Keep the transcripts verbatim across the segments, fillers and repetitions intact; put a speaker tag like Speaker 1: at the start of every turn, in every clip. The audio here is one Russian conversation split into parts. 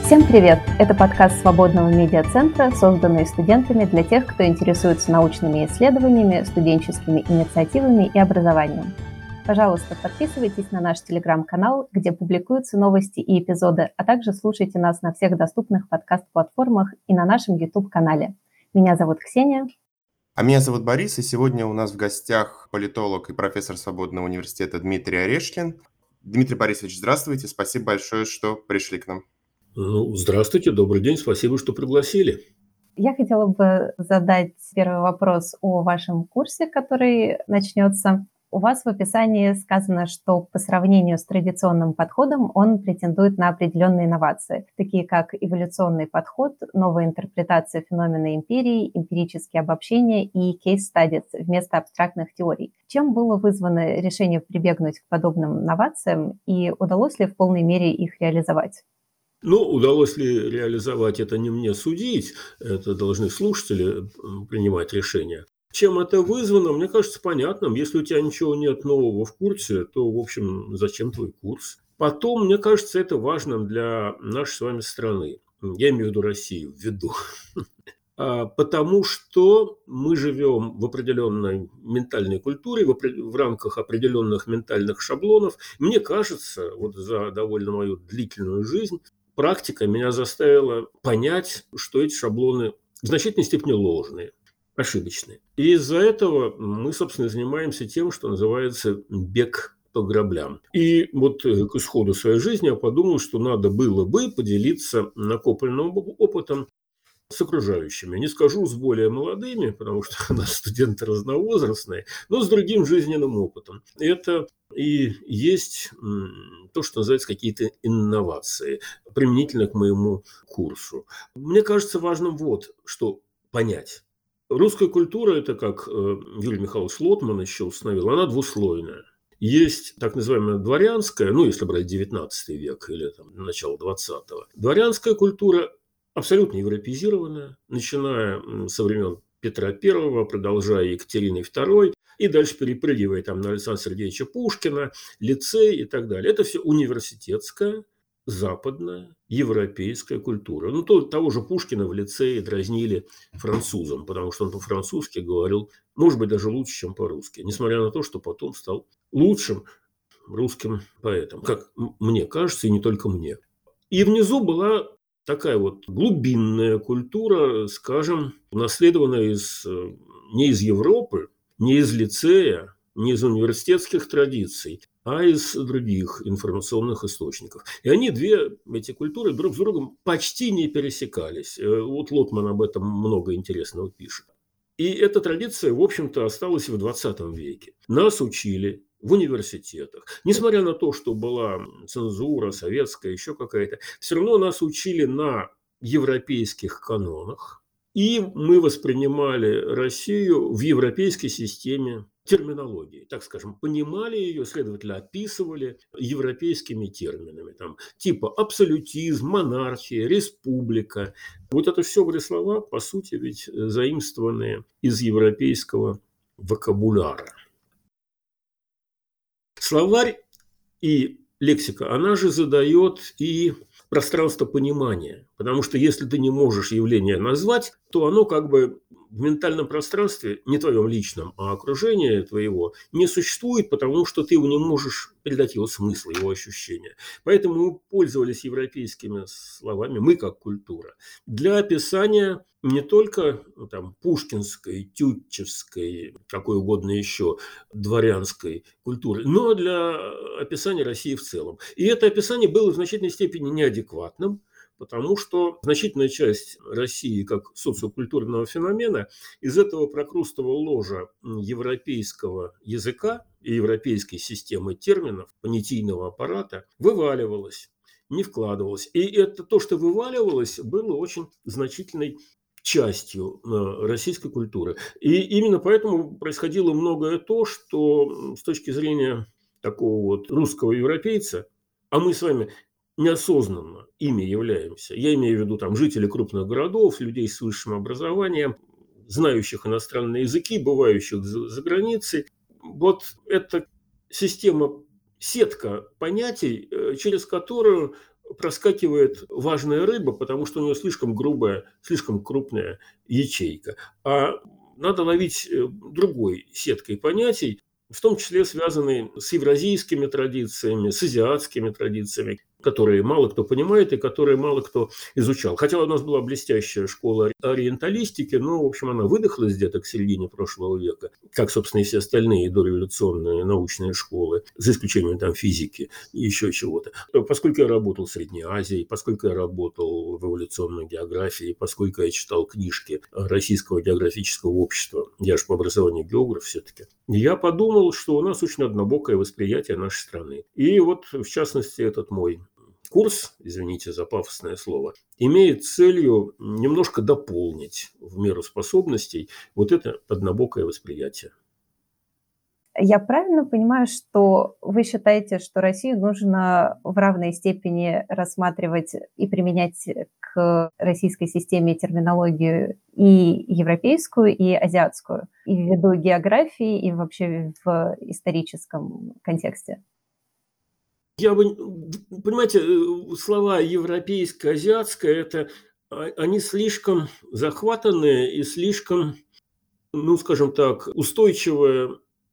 Speaker 1: Всем привет! Это подкаст Свободного медиацентра, созданный студентами для тех, кто интересуется научными исследованиями, студенческими инициативами и образованием. Пожалуйста, подписывайтесь на наш телеграм-канал, где публикуются новости и эпизоды, а также слушайте нас на всех доступных подкаст-платформах и на нашем YouTube-канале. Меня зовут Ксения.
Speaker 2: А меня зовут Борис, и сегодня у нас в гостях политолог и профессор Свободного университета Дмитрий Орешкин. Дмитрий Борисович, здравствуйте, спасибо большое, что пришли к нам.
Speaker 3: Ну, здравствуйте, добрый день, спасибо, что пригласили.
Speaker 1: Я хотела бы задать первый вопрос о вашем курсе, который начнется. У вас в описании сказано, что по сравнению с традиционным подходом он претендует на определенные инновации, такие как эволюционный подход, новая интерпретация феномена империи, эмпирические обобщения и кейс-стадис вместо абстрактных теорий. Чем было вызвано решение прибегнуть к подобным инновациям и удалось ли в полной мере их реализовать?
Speaker 3: Ну, удалось ли реализовать, это не мне судить, это должны слушатели принимать решения. Чем это вызвано, мне кажется, понятным. Если у тебя ничего нет нового в курсе, то, в общем, зачем твой курс? Потом, мне кажется, это важным для нашей с вами страны. Я имею в виду Россию, в виду. Потому что мы живем в определенной ментальной культуре, в рамках определенных ментальных шаблонов. Мне кажется, вот за довольно мою длительную жизнь, практика меня заставила понять, что эти шаблоны в значительной степени ложные, ошибочные. И из-за этого мы, собственно, занимаемся тем, что называется бег по граблям. И вот к исходу своей жизни я подумал, что надо было бы поделиться накопленным опытом с окружающими. Не скажу с более молодыми, потому что у нас студенты разновозрастные, но с другим жизненным опытом. Это и есть то, что называется какие-то инновации, применительно к моему курсу. Мне кажется важным вот что понять. Русская культура, это как Юрий Михайлович Лотман еще установил, она двуслойная. Есть так называемая дворянская, ну, если брать девятнадцатый век или там, начало двадцатого. Дворянская культура абсолютно европеизированная, начиная со времен Петра Первого, продолжая Екатериной Второй, и дальше перепрыгивая там на Александра Сергеевича Пушкина, лицей и так далее. Это все университетская, западная, европейская культура. Ну, то, того же Пушкина в лицее дразнили французом, потому что он по-французски говорил, может быть, даже лучше, чем по-русски, несмотря на то, что потом стал лучшим русским поэтом, как мне кажется, и не только мне. И внизу была такая вот глубинная культура, скажем, унаследованная из, не из Европы, не из лицея, не из университетских традиций, а из других информационных источников. И они, две эти культуры, друг с другом почти не пересекались. Вот Лотман об этом много интересного пишет. И эта традиция, в общем-то, осталась и в двадцатом веке. Нас учили в университетах. Несмотря на то, что была цензура советская, еще какая-то, все равно нас учили на европейских канонах. И мы воспринимали Россию в европейской системе терминологии, так скажем, понимали ее, следовательно, описывали европейскими терминами, там, типа абсолютизм, монархия, республика. Вот это все были слова, по сути, ведь заимствованные из европейского вокабуляра. Словарь и лексика, она же задает и пространство понимания. Потому что если ты не можешь явление назвать, то оно как бы в ментальном пространстве, не твоем личном, а окружение твоего, не существует, потому что ты его не можешь передать его смысл, его ощущения. Поэтому мы пользовались европейскими словами, мы как культура, для описания не только ну, там, пушкинской, тютчевской, какой угодно еще дворянской культуры, но для описания России в целом. И это описание было в значительной степени неадекватным, потому что значительная часть России как социокультурного феномена из этого прокрустово ложа европейского языка и европейской системы терминов, понятийного аппарата вываливалась, не вкладывалась. И это то, что вываливалось, было очень значительной частью российской культуры. И именно поэтому происходило многое то, что с точки зрения такого вот русского европейца, а мы с вами неосознанно ими являемся. Я имею в виду там жителей крупных городов, людей с высшим образованием, знающих иностранные языки, бывающих за, за границей. Вот эта система, сетка понятий, через которую проскакивает важная рыба, потому что у нее слишком грубая, слишком крупная ячейка. А надо ловить другой сеткой понятий, в том числе связанные с евразийскими традициями, с азиатскими традициями, которые мало кто понимает и которые мало кто изучал. Хотя у нас была блестящая школа ориенталистики, но, в общем, она выдохлась где-то к середине прошлого века, как, собственно, и все остальные дореволюционные научные школы, за исключением там физики и еще чего-то. Поскольку я работал в Средней Азии, поскольку я работал в эволюционной географии, поскольку я читал книжки Российского географического общества, я же по образованию географ все-таки, я подумал, что у нас очень однобокое восприятие нашей страны. И вот, в частности, этот мой курс, извините за пафосное слово, имеет целью немножко дополнить в меру способностей вот это однобокое восприятие.
Speaker 1: Я правильно понимаю, что вы считаете, что Россию нужно в равной степени рассматривать и применять к российской системе терминологию и европейскую, и азиатскую, и ввиду географии, и вообще в историческом контексте?
Speaker 3: Я бы, понимаете, слова европейское, азиатское, это они слишком захватанные и слишком, ну, скажем так, устойчивое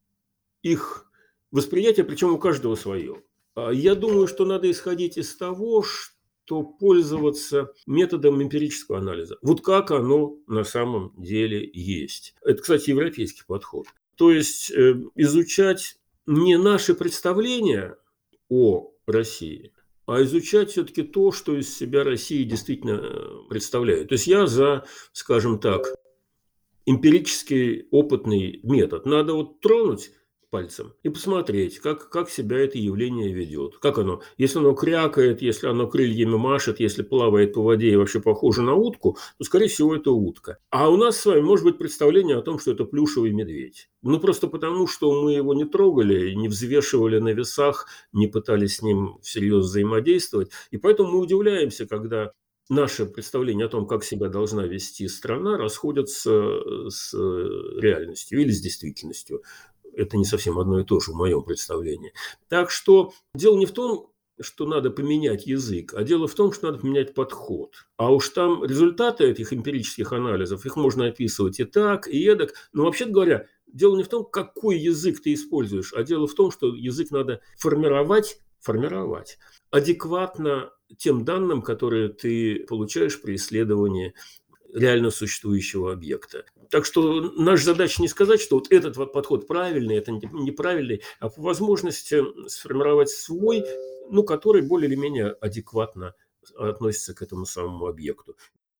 Speaker 3: их восприятие, причем у каждого свое. Я думаю, что надо исходить из того, что пользоваться методом эмпирического анализа. Вот как оно на самом деле есть. Это, кстати, европейский подход. То есть изучать не наши представления о России, а изучать все-таки то, что из себя Россия действительно представляет. То есть я за, скажем так, эмпирический опытный метод. Надо вот тронуть пальцем и посмотреть, как, как себя это явление ведет. Как оно, если оно крякает, если оно крыльями машет, если плавает по воде и вообще похоже на утку, то, скорее всего, это утка. А у нас с вами может быть представление о том, что это плюшевый медведь. Ну, просто потому, что мы его не трогали, не взвешивали на весах, не пытались с ним всерьез взаимодействовать. И поэтому мы удивляемся, когда наши представления о том, как себя должна вести страна, расходятся с реальностью или с действительностью. Это не совсем одно и то же в моем представлении. Так что дело не в том, что надо поменять язык, а дело в том, что надо поменять подход. А уж там результаты этих эмпирических анализов, их можно описывать и так, и эдак. Но вообще говоря, дело не в том, какой язык ты используешь, а дело в том, что язык надо формировать, формировать адекватно тем данным, которые ты получаешь при исследовании реально существующего объекта. Так что наша задача не сказать, что вот этот вот подход правильный, это неправильный, а по возможности сформировать свой, ну, который более или менее адекватно относится к этому самому объекту.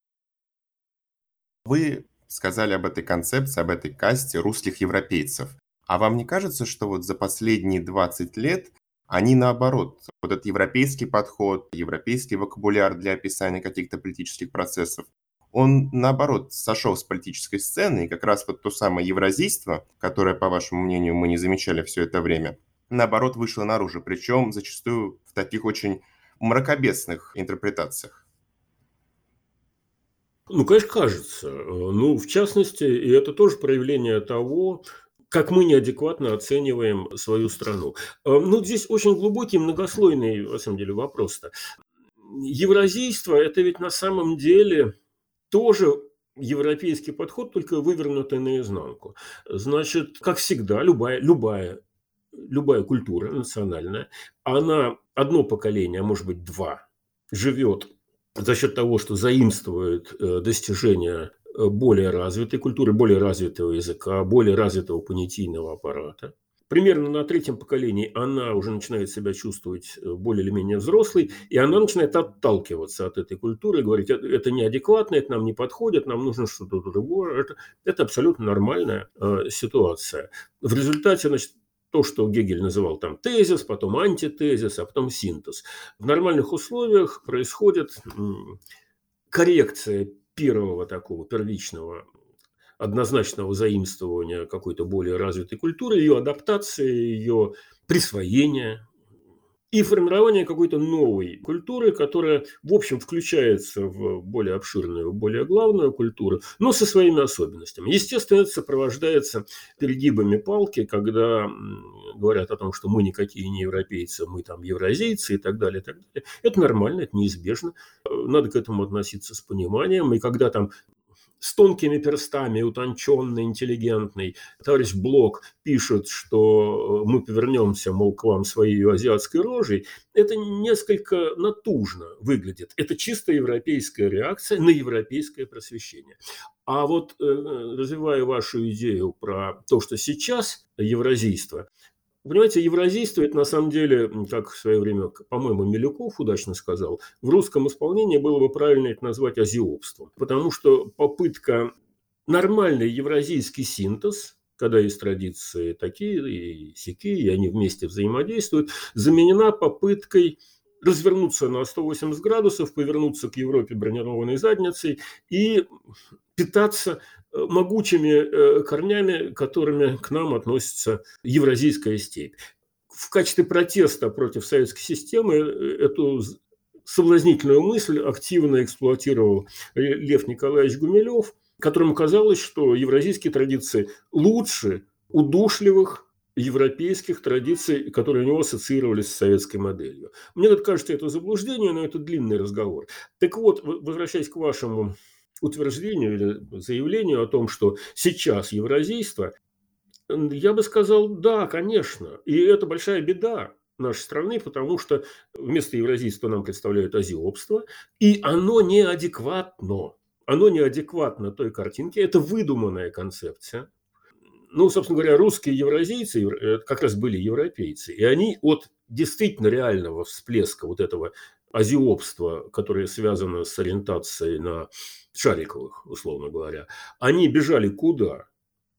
Speaker 2: Вы сказали об этой концепции, об этой касте русских европейцев. А вам не кажется, что вот за последние двадцать лет они наоборот, вот этот европейский подход, европейский вокабуляр для описания каких-то политических процессов, он, наоборот, сошел с политической сцены, и как раз вот то самое евразийство, которое, по вашему мнению, мы не замечали все это время, наоборот, вышло наружу, причем зачастую в таких очень мракобесных интерпретациях.
Speaker 3: Ну, конечно, кажется. Ну, в частности, и это тоже проявление того, как мы неадекватно оцениваем свою страну. Ну, здесь очень глубокий, многослойный, на самом деле, вопрос-то. Евразийство – это ведь на самом деле тоже европейский подход, только вывернутый наизнанку. Значит, как всегда, любая, любая, любая культура национальная, она одно поколение, а может быть два, живет за счет того, что заимствует достижения более развитой культуры, более развитого языка, более развитого понятийного аппарата. Примерно на третьем поколении она уже начинает себя чувствовать более или менее взрослой, и она начинает отталкиваться от этой культуры, говорить, это, это неадекватно, это нам не подходит, нам нужно что-то другое. Это, это абсолютно нормальная э, ситуация. В результате, значит, то, что Гегель называл там тезис, потом антитезис, а потом синтез. В нормальных условиях происходит м, коррекция первого такого первичного однозначного заимствования какой-то более развитой культуры, ее адаптации, ее присвоения и формирование какой-то новой культуры, которая, в общем, включается в более обширную, более главную культуру, но со своими особенностями. Естественно, это сопровождается перегибами палки, когда говорят о том, что мы никакие не европейцы, мы там евразийцы и так далее, и так далее. Это нормально, это неизбежно. Надо к этому относиться с пониманием. И когда там с тонкими перстами, утонченный, интеллигентный товарищ Блок пишет, что мы повернемся, мол, к вам своей азиатской рожей, это несколько натужно выглядит. Это чисто европейская реакция на европейское просвещение. А вот развивая вашу идею про то, что сейчас евразийство, понимаете, евразийство – это на самом деле, как в свое время, по-моему, Милюков удачно сказал, в русском исполнении было бы правильно это назвать азиопством. Потому что попытка нормальный евразийский синтез, когда есть традиции такие и сякие, и они вместе взаимодействуют, заменена попыткой развернуться на сто восемьдесят градусов, повернуться к Европе бронированной задницей и питаться могучими корнями, которыми к нам относится евразийская степь. В качестве протеста против советской системы эту соблазнительную мысль активно эксплуатировал Лев Николаевич Гумилев, которому казалось, что евразийские традиции лучше удушливых европейских традиций, которые у него ассоциировались с советской моделью. Мне тут кажется, это заблуждение, но это длинный разговор. Так вот, возвращаясь к вашему утверждению или заявлению о том, что сейчас евразийство, я бы сказал, да, конечно. И это большая беда нашей страны, потому что вместо евразийства нам представляют азиопство, и оно неадекватно. Оно неадекватно той картинке. Это выдуманная концепция. Ну, собственно говоря, русские евразийцы как раз были европейцы. И они от действительно реального всплеска вот этого азиопства, которое связано с ориентацией на Шариковых, условно говоря, они бежали куда?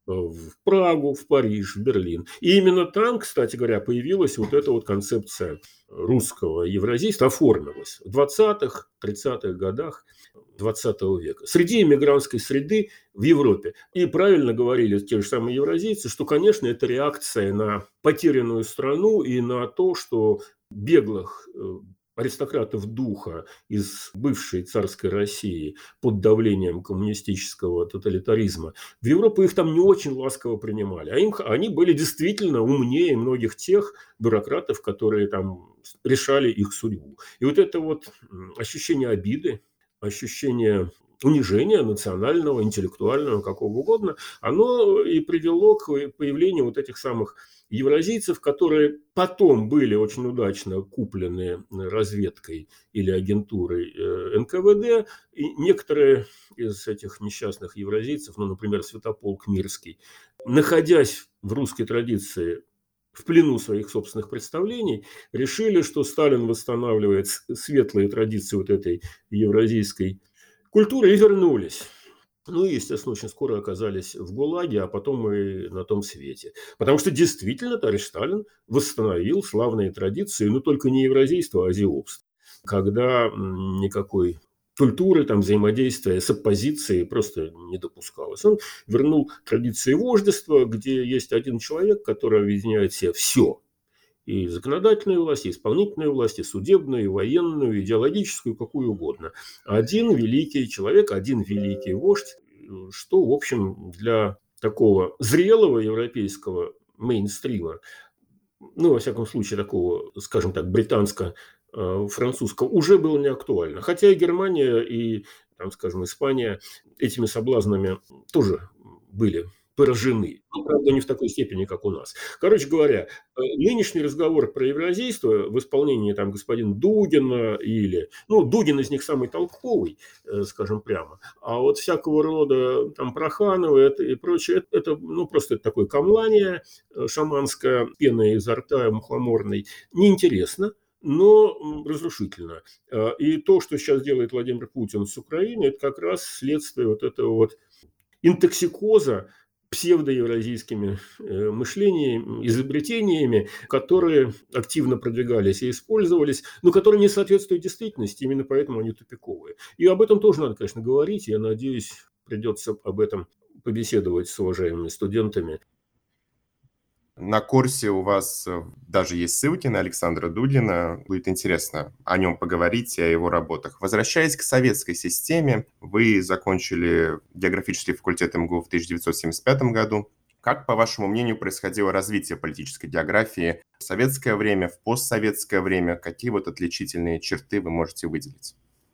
Speaker 3: В Прагу, в Париж, в Берлин. И именно там, кстати говоря, появилась вот эта вот концепция русского евразийства, оформилась в двадцатых, тридцатых годах двадцатого века. Среди иммигрантской среды в Европе. И правильно говорили те же самые евразийцы, что, конечно, это реакция на потерянную страну и на то, что беглых аристократов духа из бывшей царской России под давлением коммунистического тоталитаризма, в Европу их там не очень ласково принимали. А им, они были действительно умнее многих тех бюрократов, которые там решали их судьбу. И вот это вот ощущение обиды, ощущение унижения национального, интеллектуального, какого угодно, оно и привело к появлению вот этих самых евразийцев, которые потом были очень удачно куплены разведкой или агентурой эн ка вэ дэ. И некоторые из этих несчастных евразийцев, ну, например, Святополк Мирский, находясь в русской традиции в плену своих собственных представлений, решили, что Сталин восстанавливает светлые традиции вот этой евразийской культуры, и вернулись. Ну и, естественно, очень скоро оказались в ГУЛАГе, а потом и на том свете. Потому что действительно товарищ Сталин восстановил славные традиции, но только не евразийство, а азиопство. Когда никакой культуры, там, взаимодействия с оппозицией просто не допускалось. Он вернул традиции вождества, где есть один человек, который объединяет в себе все. И законодательную власть, и исполнительную власть, и судебную, и военную, и идеологическую, какую угодно. Один великий человек, один великий вождь, что, в общем, для такого зрелого европейского мейнстрима, ну, во всяком случае, такого, скажем так, британско-французского, уже было не актуально. Хотя и Германия, и, там, скажем, Испания этими соблазнами тоже были поражены. Но, правда, не в такой степени, как у нас. Короче говоря, нынешний разговор про евразийство в исполнении там господина Дугина или... Ну, Дугин из них самый толковый, скажем прямо. А вот всякого рода там Проханова это, и прочее, это, это ну, просто это такое камлание шаманское, пена изо рта мухоморной. Неинтересно, но разрушительно. И то, что сейчас делает Владимир Путин с Украиной, это как раз следствие вот этого вот интоксикоза псевдоевразийскими мышлениями, изобретениями, которые активно продвигались и использовались, но которые не соответствуют действительности, именно поэтому они тупиковые. И об этом тоже надо, конечно, говорить. Я надеюсь, придется об этом побеседовать с уважаемыми студентами.
Speaker 2: На курсе у вас э, даже есть ссылки на Александра Дудина. Будет интересно о нем поговорить и о его работах. Возвращаясь к советской системе, вы закончили географический факультет эм гэ у в тысяча девятьсот семьдесят пятом году. Как, по вашему мнению, происходило развитие политической географии в советское время, в постсоветское время? Какие вот отличительные черты вы можете выделить?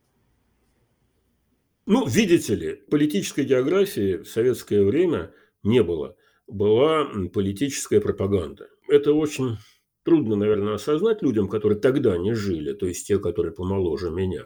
Speaker 3: Ну, видите ли, политической географии в советское время не было. Была политическая пропаганда. Это очень трудно, наверное, осознать людям, которые тогда не жили, то есть те, которые помоложе меня.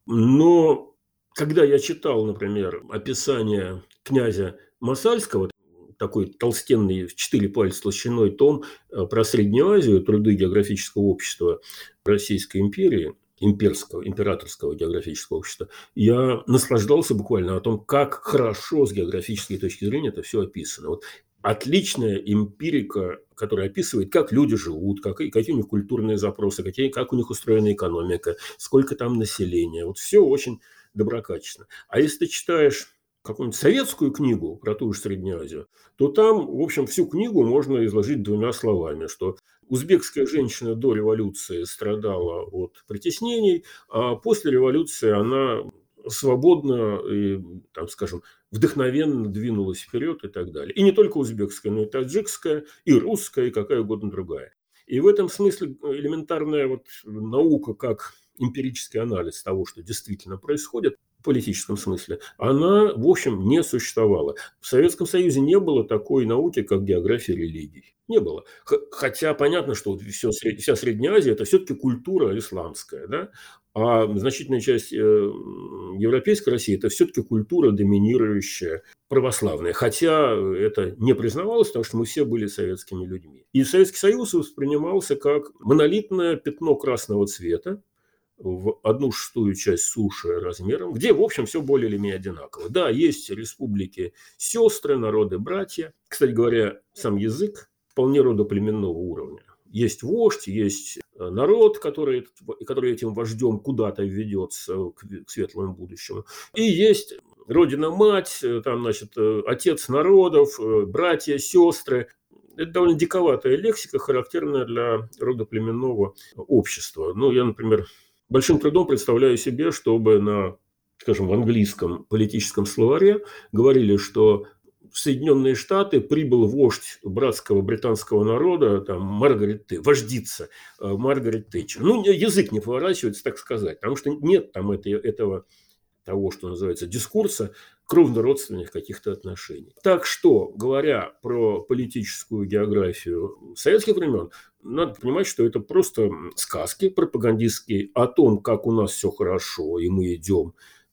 Speaker 3: Но когда я читал, например, описание князя Масальского, такой толстенный в четыре пальца толщиной том про Среднюю Азию, труды географического общества Российской империи, имперского, императорского географического общества, я наслаждался буквально о том, как хорошо с географической точки зрения это все описано. Вот отличная эмпирика, которая описывает, как люди живут, как, какие у них культурные запросы, какие, как у них устроена экономика, сколько там населения. Вот все очень доброкачественно. А если ты читаешь какую-нибудь советскую книгу про ту же Среднюю Азию, то там, в общем, всю книгу можно изложить двумя словами, что узбекская женщина до революции страдала от притеснений, а после революции она свободно и, там, скажем, вдохновенно двинулась вперед и так далее. И не только узбекская, но и таджикская, и русская, и какая угодно другая. И в этом смысле элементарная вот наука, как эмпирический анализ того, что действительно происходит, в политическом смысле, она, в общем, не существовала. В Советском Союзе не было такой науки, как география религий. Не было. Хотя понятно, что все, вся Средняя Азия – это все-таки культура исламская, да? А значительная часть европейской России – это все-таки культура доминирующая, православная. Хотя это не признавалось, потому что мы все были советскими людьми. И Советский Союз воспринимался как монолитное пятно красного цвета в одну шестую часть суши размером, где, в общем, все более или менее одинаково. Да, есть республики сестры, народы братья. Кстати говоря, сам язык вполне родоплеменного уровня. Есть вождь, есть народ, который, который этим вождем куда-то ведется к светлому будущему. И есть родина-мать, там, значит, отец народов, братья, сестры. Это довольно диковатая лексика, характерная для родоплеменного общества. Ну, я, например, большим трудом представляю себе, чтобы на, скажем, в английском политическом словаре говорили, что в Соединенные Штаты прибыл вождь братского британского народа, там, Маргарет Тэтчер, вождица Маргарет Тэтчер. Ну, язык не поворачивается, так сказать, потому что нет там это, этого, того, что называется, дискурса кровно-родственных каких-то отношений. Так что, говоря про политическую географию советских времен, надо понимать, что это просто сказки пропагандистские о том, как у нас все хорошо, и мы идем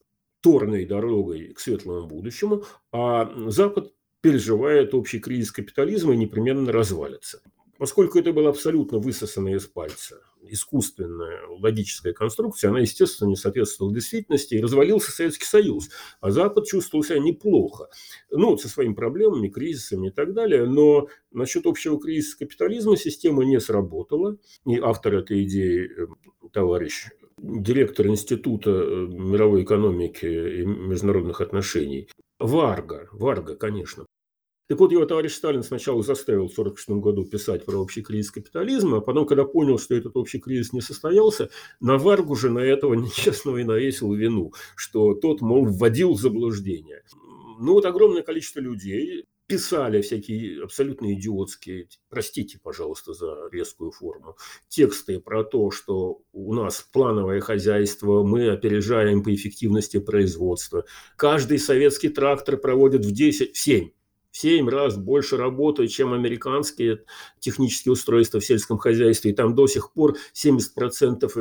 Speaker 3: торной дорогой к светлому будущему, а Запад переживает общий кризис капитализма и непременно развалится. Поскольку это была абсолютно высосанная из пальца искусственная логическая конструкция, она, естественно, не соответствовала действительности, и развалился Советский Союз. А Запад чувствовал себя неплохо. Ну, со своими проблемами, кризисами и так далее. Но насчет общего кризиса капитализма система не сработала. И автор этой идеи, товарищ, директор Института мировой экономики и международных отношений, Варга, Варга, конечно. Так вот, его товарищ Сталин сначала заставил в сорок шестом году писать про общий кризис капитализма, а потом, когда понял, что этот общий кризис не состоялся, на Варгу же на этого несчастного и навесил вину, что тот, мол, вводил в заблуждение. Ну вот огромное количество людей писали всякие абсолютно идиотские, простите, пожалуйста, за резкую форму, тексты про то, что у нас плановое хозяйство, мы опережаем по эффективности производства. Каждый советский трактор проводит в десять, в семь. В семь раз больше работают, чем американские технические устройства в сельском хозяйстве. И там до сих пор семьдесят процентов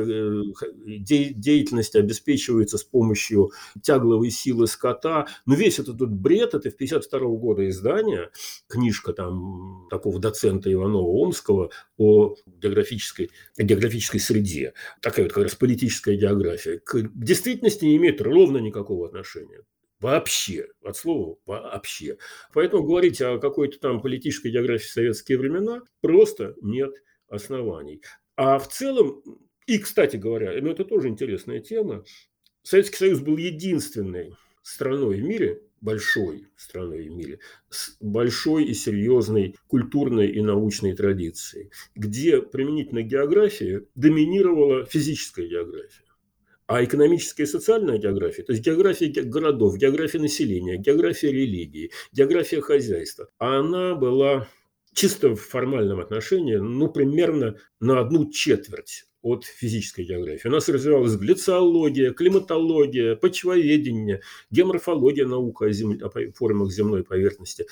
Speaker 3: деятельности обеспечивается с помощью тягловой силы скота. Но весь этот тут бред, это в пятьдесят второго года издания, книжка там такого доцента Иванова-Омского о географической, о географической среде. Такая вот как раз политическая география. К действительности не имеет ровно никакого отношения. Вообще, от слова вообще. Поэтому говорить о какой-то там политической географии в советские времена просто нет оснований. А в целом, и, кстати говоря, ну это тоже интересная тема, Советский Союз был единственной страной в мире, большой страной в мире, с большой и серьезной культурной и научной традицией, где применительно к географии доминировала физическая география. А экономическая и социальная география, то есть география городов, география населения, география религии, география хозяйства, она была чисто в формальном отношении, ну, примерно на одну четверть от физической географии. У нас развивалась глициология, климатология, почвоведение, геоморфология, наука о, земле, о формах земной поверхности.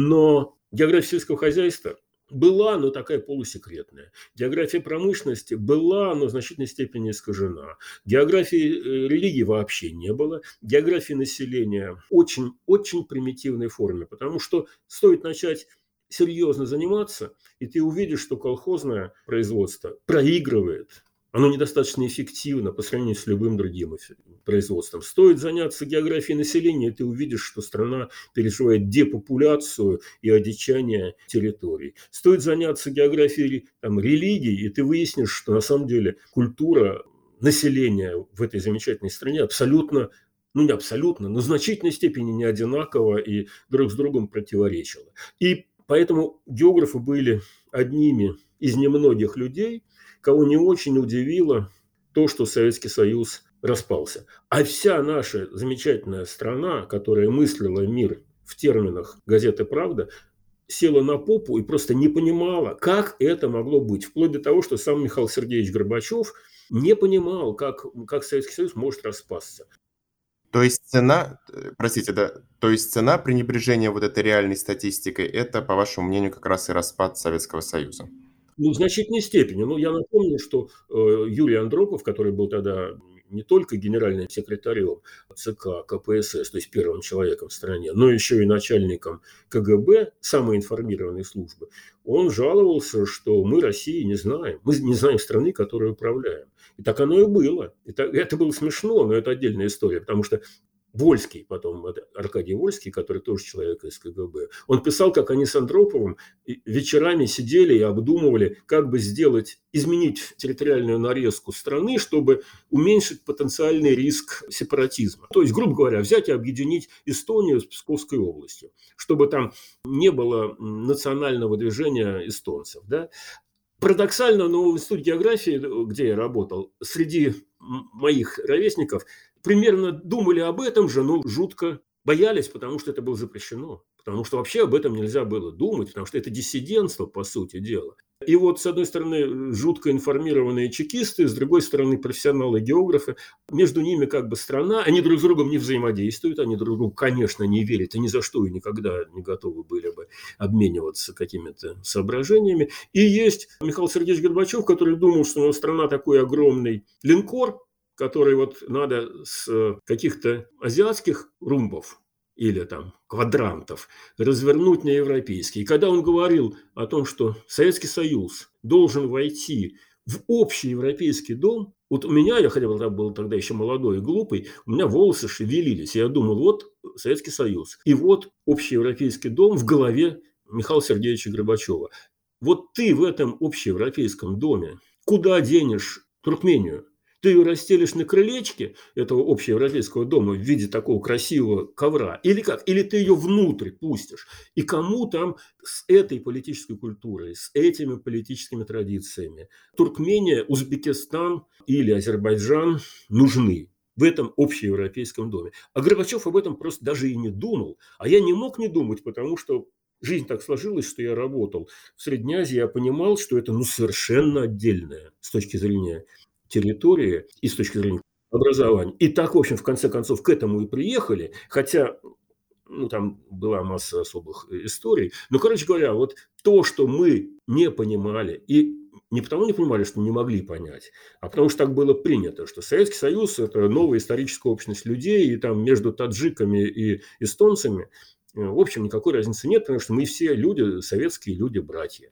Speaker 3: Но география сельского хозяйства была, но такая полусекретная. География промышленности была, но в значительной степени искажена. Географии религии вообще не было. Географии населения очень, очень примитивной форме, потому что стоит начать серьезно заниматься, и ты увидишь, что колхозное производство проигрывает. Оно недостаточно эффективно по сравнению с любым другим производством. Стоит заняться географией населения, и ты увидишь, что страна переживает депопуляцию и одичание территорий. Стоит заняться географией там, религий, и ты выяснишь, что на самом деле культура населения в этой замечательной стране абсолютно, ну не абсолютно, но в значительной степени не одинакова и друг с другом противоречила. И поэтому географы были одними из немногих людей, кого не очень удивило то, что Советский Союз распался. А вся наша замечательная страна, которая мыслила мир в терминах газеты «Правда», села на попу и просто не понимала, как это могло быть. Вплоть до того, что сам Михаил Сергеевич Горбачев не понимал, как, как Советский Союз может распасться.
Speaker 2: То есть цена, простите, да, то есть цена пренебрежения вот этой реальной статистикой, это, по вашему мнению, как раз и распад Советского Союза?
Speaker 3: Ну, в значительной степени. Ну, я напомню, что э, Юрий Андропов, который был тогда не только генеральным секретарем ЦК КПСС, то есть первым человеком в стране, но еще и начальником КГБ, самой информированной службы, он жаловался, что мы России не знаем. Мы не знаем страны, которой управляем. И так оно и было. Это, это было смешно, но это отдельная история, потому что Вольский, потом Аркадий Вольский, который тоже человек из КГБ, он писал, как они с Андроповым вечерами сидели и обдумывали, как бы сделать, изменить территориальную нарезку страны, чтобы уменьшить потенциальный риск сепаратизма. То есть, грубо говоря, взять и объединить Эстонию с Псковской областью, чтобы там не было национального движения эстонцев. Да? Парадоксально, но в Институте географии, где я работал, среди моих ровесников примерно думали об этом же, но жутко боялись, потому что это было запрещено. Потому что вообще об этом нельзя было думать, потому что это диссидентство, по сути дела. И вот, с одной стороны, жутко информированные чекисты, с другой стороны, профессионалы-географы. Между ними как бы страна, они друг с другом не взаимодействуют, они друг другу, конечно, не верят, и ни за что и никогда не готовы были бы обмениваться какими-то соображениями. И есть Михаил Сергеевич Горбачев, который думал, что у него страна такой огромный линкор, который вот надо с каких-то азиатских румбов или там квадрантов развернуть на европейский. И когда он говорил о том, что Советский Союз должен войти в общий европейский дом, вот у меня, я хотя бы был тогда еще молодой и глупый, у меня волосы шевелились. И я думал, вот Советский Союз. И вот общий европейский дом в голове Михаила Сергеевича Горбачева. Вот ты в этом общеевропейском доме куда денешь Туркмению? Ты ее расстелишь на крылечке этого общеевропейского дома в виде такого красивого ковра? Или как? Или ты ее внутрь пустишь? И кому там с этой политической культурой, с этими политическими традициями Туркмения, Узбекистан или Азербайджан нужны в этом общеевропейском доме? А Горбачев об этом просто даже и не думал. А я не мог не думать, потому что жизнь так сложилась, что я работал в Средней Азии, я понимал, что это ну, совершенно отдельное с точки зрения территории и с точки зрения образования. И так, в общем, в конце концов, к этому и приехали, хотя ну, там была масса особых историй. Но, короче говоря, вот то, что мы не понимали, и не потому не понимали, что не могли понять, а потому что так было принято, что Советский Союз – это новая историческая общность людей, и там между таджиками и эстонцами, в общем, никакой разницы нет, потому что мы все люди, советские люди-братья.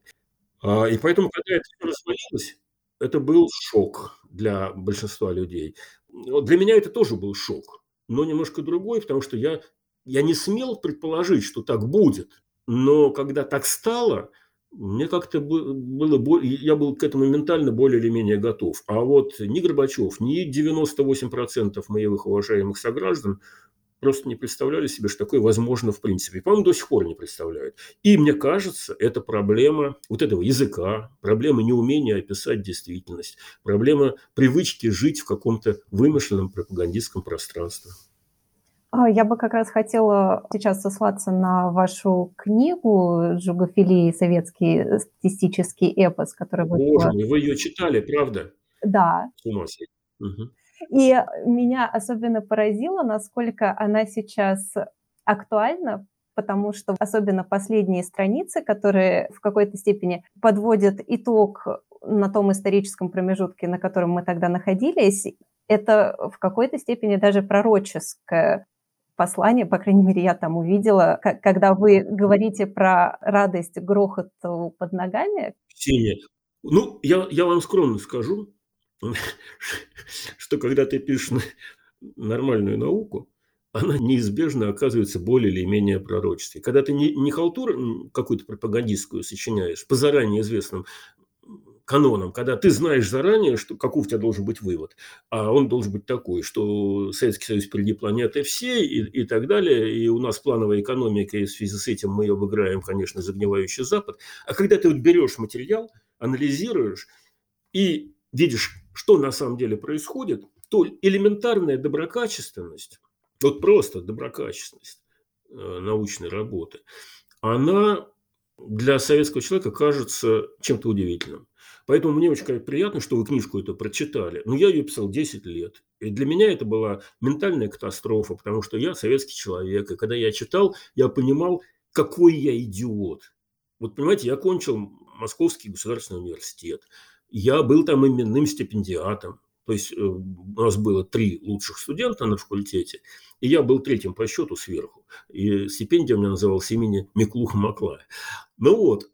Speaker 3: И поэтому, когда это все развалилось, это был шок для большинства людей. Для меня это тоже был шок, но немножко другой, потому что я, я не смел предположить, что так будет. Но когда так стало, мне как-то было, я был к этому ментально более или менее готов. А вот ни Горбачев, ни девяносто восемь процентов моих уважаемых сограждан просто не представляли себе, что такое возможно в принципе. По-моему, до сих пор не представляют. И мне кажется, это проблема вот этого языка, проблема неумения описать действительность, проблема привычки жить в каком-то вымышленном пропагандистском пространстве.
Speaker 1: А, Я бы как раз хотела сейчас сослаться на вашу книгу «Жугофилия и советский статистический эпос», который
Speaker 3: Боже
Speaker 1: вышла.
Speaker 3: мой, вы ее читали, правда?
Speaker 1: Да,
Speaker 3: С ума сойти. Мгм.
Speaker 1: и меня особенно поразило, насколько она сейчас актуальна, потому что особенно последние страницы, которые в какой-то степени подводят итог на том историческом промежутке, на котором мы тогда находились, это в какой-то степени даже пророческое послание, по крайней мере, я там увидела, ка- когда вы говорите про радость грохоту под ногами.
Speaker 3: Ксения, ну, я, я вам скромно скажу, что когда ты пишешь на- нормальную науку, она неизбежно оказывается более или менее пророческой. Когда ты не, не халтуру м, какую-то пропагандистскую сочиняешь по заранее известным канонам, когда ты знаешь заранее, что, каков у тебя должен быть вывод, а он должен быть такой, что Советский Союз впереди планеты всей и, и так далее, и у нас плановая экономика, и в связи с этим мы обыграем, конечно, загнивающий Запад. А когда ты вот берешь материал, анализируешь и видишь, что на самом деле происходит, то элементарная доброкачественность, вот просто доброкачественность э, научной работы, она для советского человека кажется чем-то удивительным. Поэтому мне очень приятно, что вы книжку эту прочитали. Но я ее писал десять лет. И для меня это была ментальная катастрофа, потому что я советский человек. И когда я читал, я понимал, какой я идиот. Вот понимаете, я окончил Московский государственный университет. Я был там именным стипендиатом. То есть э, у нас было три лучших студента на факультете, и я был третьим по счету сверху. И стипендия у меня называлась имени Миклуха Маклая. Ну вот,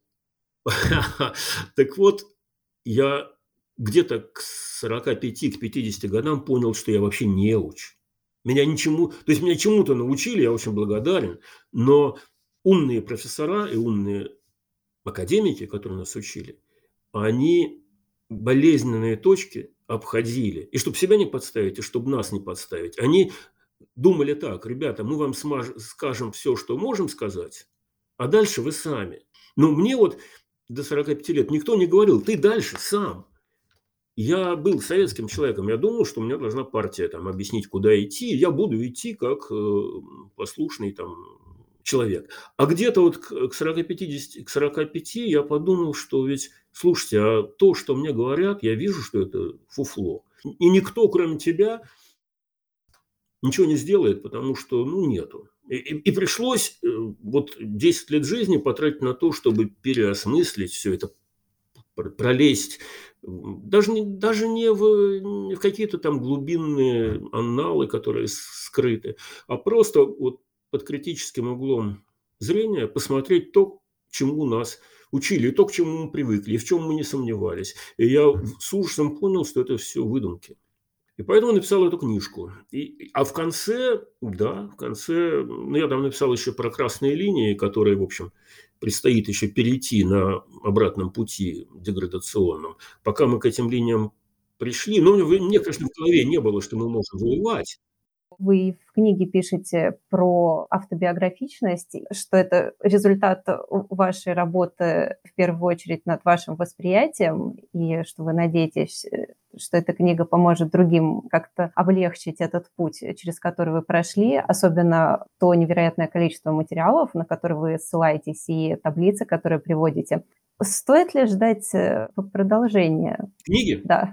Speaker 3: так вот, я где-то к сорока пяти, к пятидесяти годам понял, что я вообще неуч. Меня ничему, то есть меня чему-то научили, я очень благодарен, но умные профессора и умные академики, которые нас учили, они болезненные точки обходили. И чтобы себя не подставить, и чтобы нас не подставить, они думали так: ребята, мы вам смаж- скажем все, что можем сказать, а дальше вы сами. Но мне вот до сорока пяти лет никто не говорил: ты дальше сам. Я был советским человеком, я думал, что мне должна партия там объяснить, куда идти, я буду идти как э, послушный там человек. А где-то вот к к сорока пяти, к сорока пяти я подумал, что ведь, слушайте, а то, что мне говорят, я вижу, что это фуфло. И никто, кроме тебя, ничего не сделает, потому что, ну, нету. И, и- и пришлось э, вот десять лет жизни потратить на то, чтобы переосмыслить все это, пр- пролезть, м, даже не, даже не в, не в какие-то там глубинные анналы, которые с- скрыты, а просто вот под критическим углом зрения посмотреть то, чему нас учили, и то, к чему мы привыкли, и в чем мы не сомневались. И я с ужасом понял, что это все выдумки. И поэтому написал эту книжку. И, а в конце, да, в конце, ну, я там написал еще про красные линии, которые, в общем, предстоит еще перейти на обратном пути деградационном. Пока мы к этим линиям пришли, ну, вы- мне, конечно, в голове не было, что мы можем воевать.
Speaker 1: Вы в книге пишете про автобиографичность, что это результат у- вашей работы в первую очередь над вашим восприятием, и что вы надеетесь, э, что эта книга поможет другим как-то облегчить этот путь, через который вы прошли, особенно то невероятное количество материалов, на которые вы ссылаетесь, и таблицы, которые приводите. Стоит ли ждать э, продолжения?
Speaker 3: Книги,
Speaker 1: Да.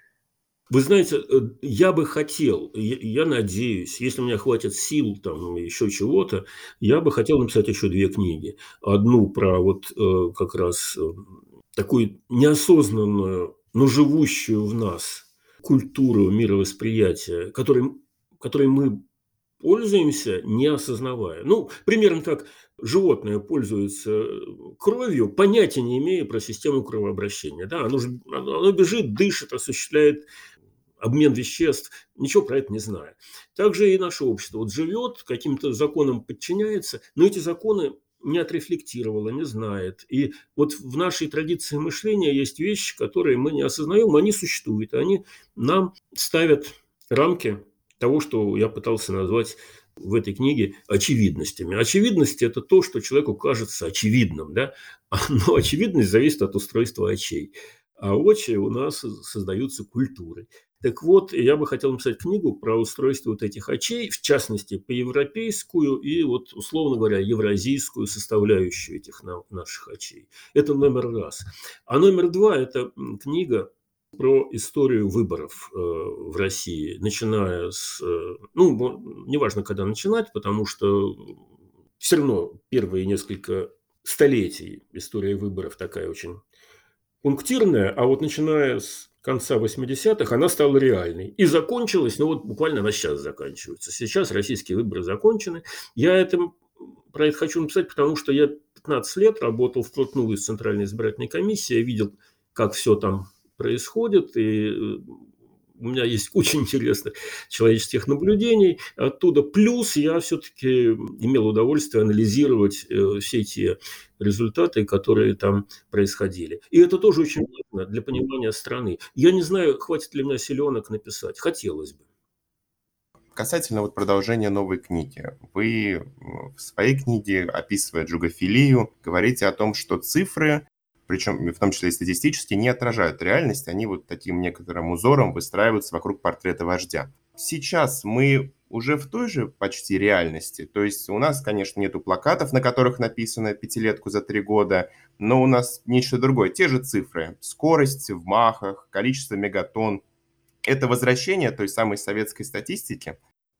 Speaker 3: вы знаете, э, я бы хотел, я, я надеюсь, если у меня хватит сил, там, еще чего-то, я бы хотел написать еще две книги. Одну про вот э, как раз э, такую неосознанную, но живущую в нас культуру мировосприятия, которой, которой мы пользуемся, не осознавая. Ну, примерно как животное пользуется кровью, понятия не имея про систему кровообращения. Да, оно, же, оно, оно бежит, дышит, осуществляет обмен веществ, ничего про это не зная. Также и наше общество вот живет, каким-то законам подчиняется, но эти законы не отрефлектировало, не знает. И вот в нашей традиции мышления есть вещи, которые мы не осознаем, но они существуют. Они нам ставят рамки того, что я пытался назвать в этой книге очевидностями. Очевидность – это то, что человеку кажется очевидным, да? Но очевидность зависит от устройства очей. А очи у нас создаются культурой. Так вот, я бы хотел написать книгу про устройство вот этих очей, в частности, по-европейскую и, вот, условно говоря, евразийскую составляющую этих наших очей. Это номер раз. А номер два – это книга про историю выборов э, в России, начиная с… Э, ну, неважно, когда начинать, потому что все равно первые несколько столетий история выборов такая очень пунктирная, а вот начиная с конца восьмидесятых она стала реальной. И закончилась, ну вот буквально она сейчас заканчивается. Сейчас российские выборы закончены. Я это, про это хочу написать, потому что я пятнадцать лет работал вплотную с Центральной избирательной комиссией, я видел, как все там происходит, и у меня есть куча интересных человеческих наблюдений оттуда. Плюс я все-таки имел удовольствие анализировать все те результаты, которые там происходили. И это тоже очень важно для понимания страны. Я не знаю, хватит ли у меня силенок написать. Хотелось бы.
Speaker 2: Касательно вот продолжения новой книги. Вы в своей книге, описывая джугофилию, говорите о том, что цифры, причем в том числе и статистически, не отражают реальность, они вот таким некоторым узором выстраиваются вокруг портрета вождя. Сейчас мы уже в той же почти реальности, то есть у нас, конечно, нету плакатов, на которых написано «пятилетку за три года», но у нас нечто другое, те же цифры, скорость в махах, количество мегатонн. Это возвращение той самой советской статистики?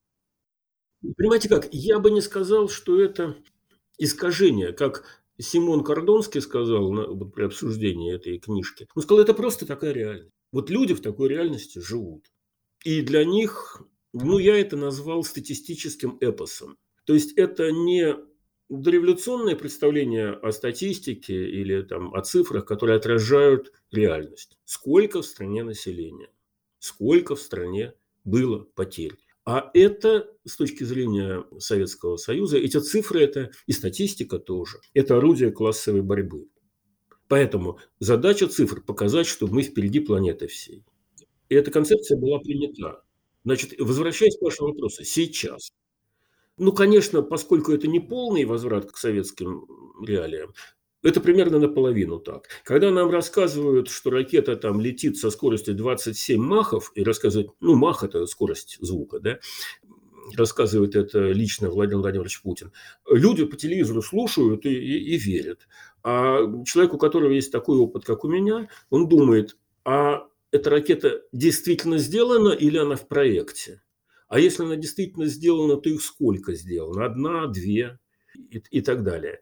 Speaker 3: Понимаете как, я бы не сказал, что это искажение, как Симон Кордонский сказал вот, при обсуждении этой книжки. Он сказал, это просто такая реальность. Вот люди в такой реальности живут. И для них, ну, я это назвал статистическим эпосом. То есть это не дореволюционное представление о статистике или там, о цифрах, которые отражают реальность. Сколько в стране населения, сколько в стране было потерь. А это, с точки зрения Советского Союза, эти цифры, это и статистика тоже, это орудие классовой борьбы. Поэтому задача цифр – показать, что мы впереди планеты всей. И эта концепция была принята. Значит, возвращаясь к вашему вопросу, сейчас. Ну, конечно, поскольку это не полный возврат к советским реалиям, это примерно наполовину так. Когда нам рассказывают, что ракета там летит со скоростью двадцать семь махов, и рассказывают, ну, мах – это скорость звука, да, рассказывает это лично Владимир Владимирович Путин, люди по телевизору слушают и, и, и верят. А человек, у которого есть такой опыт, как у меня, он думает, а эта ракета действительно сделана или она в проекте? А если она действительно сделана, то их сколько сделано? Одна, две и, и так далее.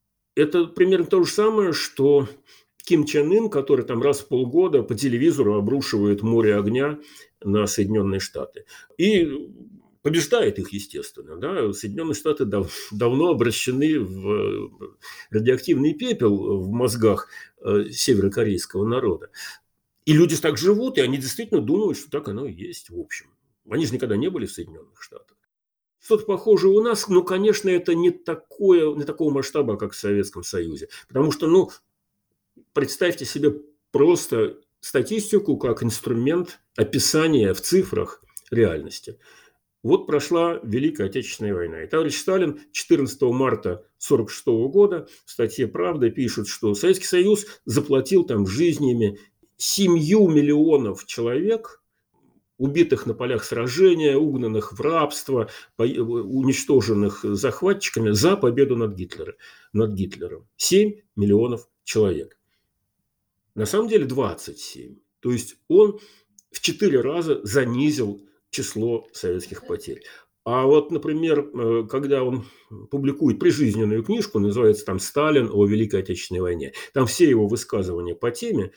Speaker 3: Это примерно то же самое, что Ким Чен Ын, который там раз в полгода по телевизору обрушивает море огня на Соединенные Штаты. И побеждает их, естественно. Да? Соединенные Штаты дав- давно обращены в радиоактивный пепел в мозгах э, северокорейского народа. И люди так живут, и они действительно думают, что так оно и есть в общем. Они же никогда не были в Соединенных Штатах. Что-то похожее у нас, но, конечно, это не, такое, не такого масштаба, как в Советском Союзе. Потому что, ну, представьте себе просто статистику как инструмент описания в цифрах реальности. Вот прошла Великая Отечественная война. И товарищ Сталин четырнадцатого марта тысяча девятьсот сорок шестого года в статье «Правда» пишет, что Советский Союз заплатил там жизнями семью миллионов человек, убитых на полях сражения, угнанных в рабство, уничтоженных захватчиками за победу над Гитлером. Над Гитлером. семь миллионов человек. На самом деле двадцать семь. То есть он в четыре раза занизил число советских потерь. А вот, например, когда он публикует прижизненную книжку, называется там «Сталин о Великой Отечественной войне», там все его высказывания по теме,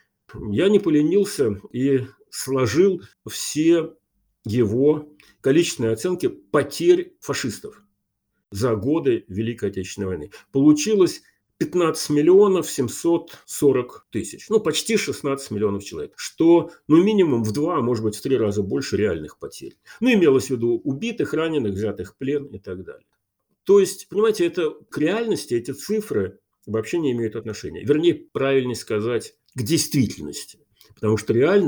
Speaker 3: я не поленился и сложил все его количественные оценки потерь фашистов за годы Великой Отечественной войны. Получилось пятнадцать миллионов семьсот сорок тысяч. Ну, почти шестнадцать миллионов человек. Что, ну, минимум в два, а может быть, в три раза больше реальных потерь. Ну, имелось в виду убитых, раненых, взятых в плен и так далее. То есть, понимаете, это к реальности, эти цифры вообще не имеют отношения. Вернее, правильнее сказать, к действительности. Потому что реальность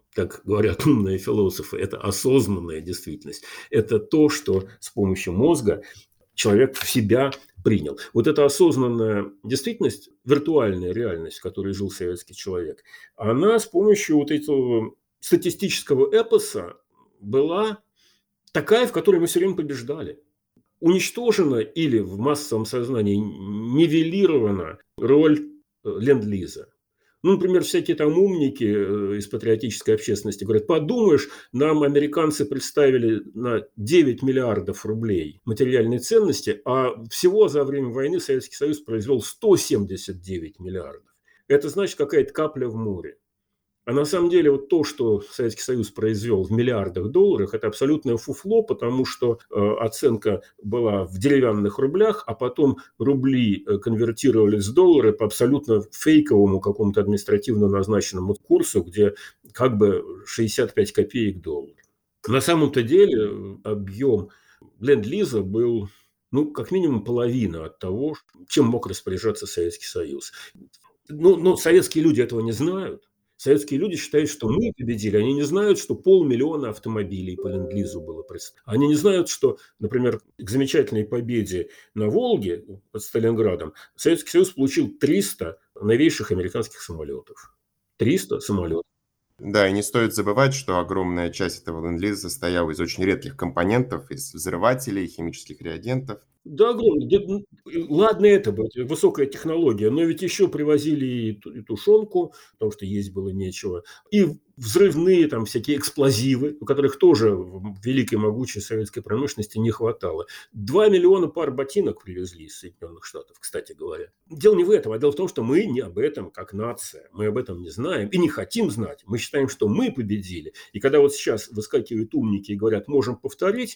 Speaker 3: как говорят умные философы, это осознанная действительность. Это то, что с помощью мозга человек в себя принял. Вот эта осознанная действительность, виртуальная реальность, в которой жил советский человек, она с помощью вот этого статистического эпоса была такая, в которой мы все время побеждали. Уничтожена или в массовом сознании нивелирована роль ленд-лиза. Ну, например, всякие там умники из патриотической общественности говорят: подумаешь, нам американцы представили на девять миллиардов рублей материальной ценности, а всего за время войны Советский Союз произвел сто семьдесят девять миллиардов. Это значит какая-то капля в море. А на самом деле вот то, что Советский Союз произвел в миллиардах долларов, это абсолютное фуфло, потому что э, оценка была в деревянных рублях, а потом рубли конвертировались в доллары по абсолютно фейковому какому-то административно назначенному курсу, где как бы шестьдесят пять копеек доллар. На самом-то деле объем ленд-лиза был, ну, как минимум половина от того, чем мог распоряжаться Советский Союз. Ну, но советские люди этого не знают. Советские люди считают, что мы победили. Они не знают, что полмиллиона автомобилей по ленд-лизу было представлено. Они не знают, что, например, к замечательной победе на Волге под Сталинградом Советский Союз получил триста новейших американских самолетов. триста самолетов.
Speaker 2: Да, и не стоит забывать, что огромная часть этого ленд-лиза состояла из очень редких компонентов, из взрывателей, химических реагентов.
Speaker 3: Да, огромный. Ладно, это высокая технология, но ведь еще привозили и тушенку, потому что есть было нечего, и взрывные там всякие эксплозивы, у которых тоже в великой могучей советской промышленности не хватало. Два миллиона пар ботинок привезли из Соединенных Штатов, кстати говоря. Дело не в этом, а дело в том, что мы не об этом как нация. Мы об этом не знаем и не хотим знать. Мы считаем, что мы победили. И когда вот сейчас выскакивают умники и говорят: можем повторить,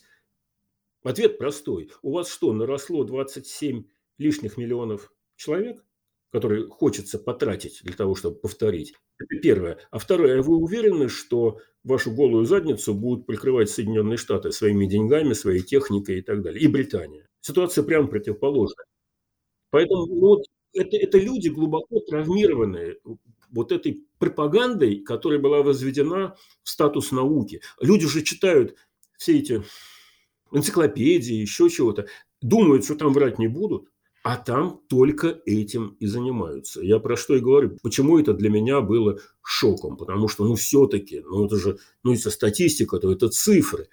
Speaker 3: ответ простой. У вас что, наросло двадцать семь лишних миллионов человек, которые хочется потратить для того, чтобы повторить? Это первое. А второе. Вы уверены, что вашу голую задницу будут прикрывать Соединенные Штаты своими деньгами, своей техникой и так далее? И Британия. Ситуация прямо противоположная. Поэтому ну, вот это, это люди глубоко травмированные вот этой пропагандой, которая была возведена в статус науки. Люди же читают все эти энциклопедии, еще чего-то, думают, что там врать не будут, а там только этим и занимаются. Я про что и говорю. Почему это для меня было шоком? Потому что, ну, все-таки, ну, это же, ну, если статистика, то это цифры.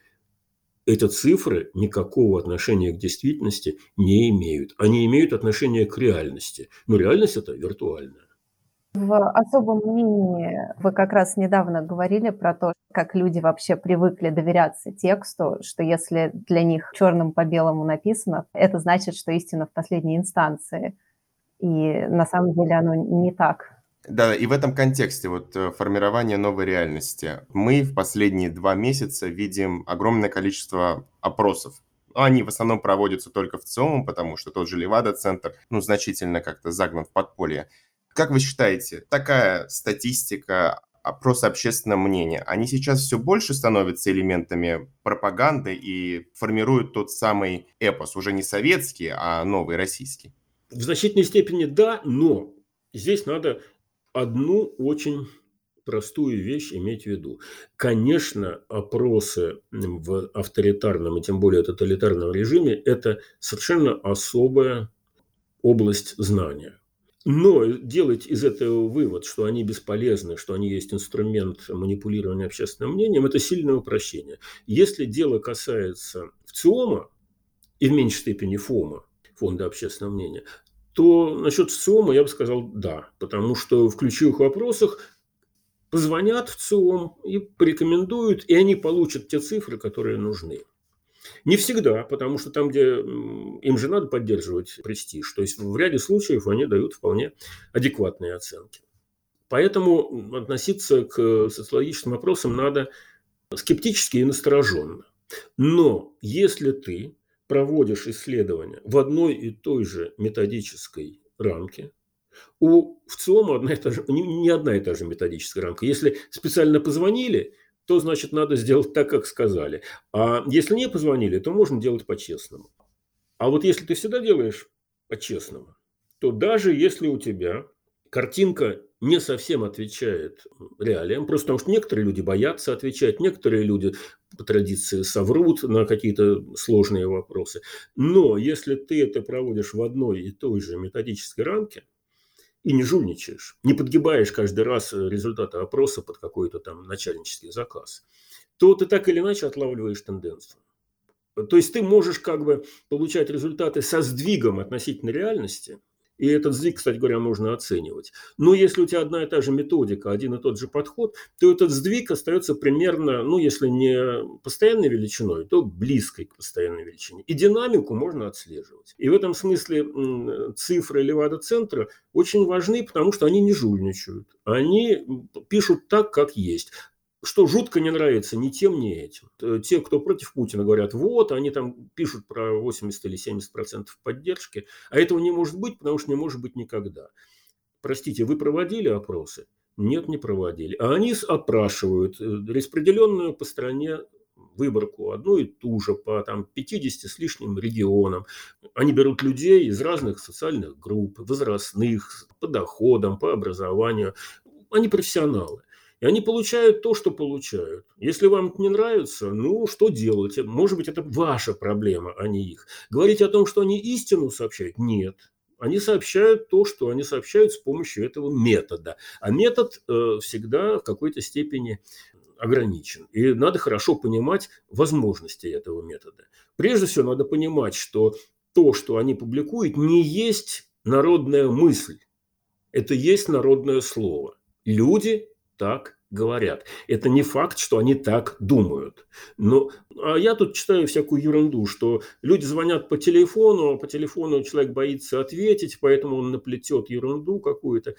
Speaker 3: Эти цифры никакого отношения к действительности не имеют. Они имеют отношение к реальности. Но реальность это виртуальная.
Speaker 1: В особом мнении вы как раз недавно говорили про то, как люди вообще привыкли доверяться тексту, что если для них черным по белому написано, это значит, что истина в последней инстанции. И на самом деле оно не так.
Speaker 2: Да, и в этом контексте вот формирования новой реальности мы в последние два месяца видим огромное количество опросов. Они в основном проводятся только в ЦИОМ, потому что тот же Левада-центр, ну, значительно как-то загнан в подполье. Как вы считаете, такая статистика, опросы общественного мнения, они сейчас все больше становятся элементами пропаганды и формируют тот самый эпос, уже не советский, а новый российский?
Speaker 3: В значительной степени да, но здесь надо одну очень простую вещь иметь в виду. Конечно, опросы в авторитарном и тем более тоталитарном режиме – это совершенно особая область знания. Но делать из этого вывод, что они бесполезны, что они есть инструмент манипулирования общественным мнением, это сильное упрощение. Если дело касается ВЦИОМа и в меньшей степени ФОМа, Фонда общественного мнения, то насчет ВЦИОМа я бы сказал да, потому что в ключевых вопросах позвонят в ЦИОМ и порекомендуют, и они получат те цифры, которые нужны. Не всегда, потому что там, где им же надо поддерживать престиж, то есть в ряде случаев они дают вполне адекватные оценки. Поэтому относиться к социологическим опросам надо скептически и настороженно. Но если ты проводишь исследования в одной и той же методической рамке, у ВЦИОМа одна и та же, не одна и та же методическая рамка. Если специально позвонили, то, значит, надо сделать так, как сказали. А если не позвонили, то можно делать по-честному. А вот если ты всегда делаешь по-честному, то даже если у тебя картинка не совсем отвечает реалиям, просто потому что некоторые люди боятся отвечать, некоторые люди по традиции соврут на какие-то сложные вопросы. Но если ты это проводишь в одной и той же методической рамке и не жульничаешь, не подгибаешь каждый раз результаты опроса под какой-то там начальнический заказ, то ты так или иначе отлавливаешь тенденцию. То есть ты можешь как бы получать результаты со сдвигом относительно реальности, и этот сдвиг, кстати говоря, можно оценивать. Но если у тебя одна и та же методика, один и тот же подход, то этот сдвиг остается примерно, ну, если не постоянной величиной, то близкой к постоянной величине. И динамику можно отслеживать. И в этом смысле цифры Левада-центра очень важны, потому что они не жульничают. Они пишут так, как есть. Что жутко не нравится ни тем, ни этим. Те, кто против Путина, говорят, вот, они там пишут про восемьдесят или семьдесят процентов поддержки, а этого не может быть, потому что не может быть никогда. Простите, вы проводили опросы? Нет, не проводили. А они опрашивают распределенную по стране выборку, одну и ту же, по там, пятидесяти с лишним регионам. Они берут людей из разных социальных групп, возрастных, по доходам, по образованию. Они профессионалы. И они получают то, что получают. Если вам это не нравится, ну, что делать? Может быть, это ваша проблема, а не их. Говорить о том, что они истину сообщают? Нет. Они сообщают то, что они сообщают с помощью этого метода. А метод э, всегда в какой-то степени ограничен. И надо хорошо понимать возможности этого метода. Прежде всего, надо понимать, что то, что они публикуют, не есть народная мысль. Это есть народное слово. Люди так говорят. Это не факт, что они так думают. Но, а я тут читаю всякую ерунду, что люди звонят по телефону, а по телефону человек боится ответить, поэтому он наплетет ерунду какую-то.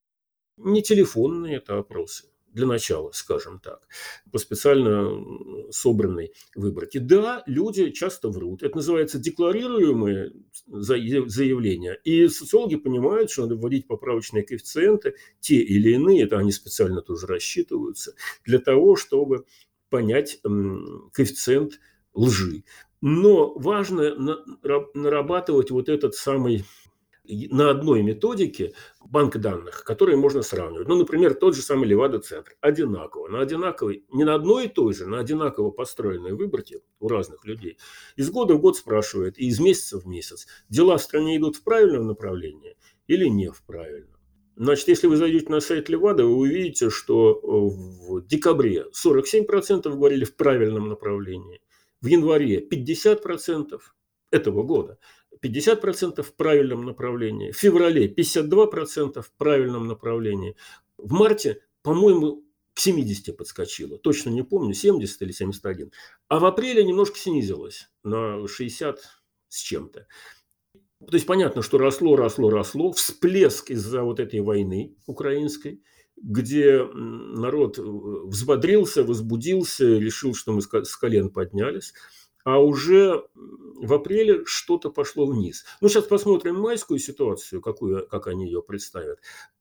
Speaker 3: Не телефонные это опросы. Для начала, скажем так, по специально собранной выборке. Да, люди часто врут. Это называется декларируемые заявления. И социологи понимают, что надо вводить поправочные коэффициенты, те или иные, это они специально тоже рассчитываются, для того, чтобы понять коэффициент лжи. Но важно нарабатывать вот этот самый... на одной методике банк данных, которые можно сравнивать. Ну, например, тот же самый Левада-центр. Одинаково. На одинаковой, не на одной и той же, на одинаково построенной выборке у разных людей. Из года в год спрашивает, и из месяца в месяц, дела в стране идут в правильном направлении или не в правильном. Значит, если вы зайдете на сайт Левада, вы увидите, что в декабре сорок семь процентов говорили в правильном направлении, в январе пятьдесят процентов этого года. пятьдесят процентов в правильном направлении. В феврале пятьдесят два процента в правильном направлении. В марте, по-моему, к семидесяти подскочило. Точно не помню, семьдесят или семьдесят один. А в апреле немножко снизилось на шестьдесят с чем-то. То есть понятно, что росло, росло, росло. Всплеск из-за вот этой войны украинской, где народ взбодрился, возбудился, решил, что мы с колен поднялись. А уже в апреле что-то пошло вниз. Ну, сейчас посмотрим майскую ситуацию, какую, как они ее представят.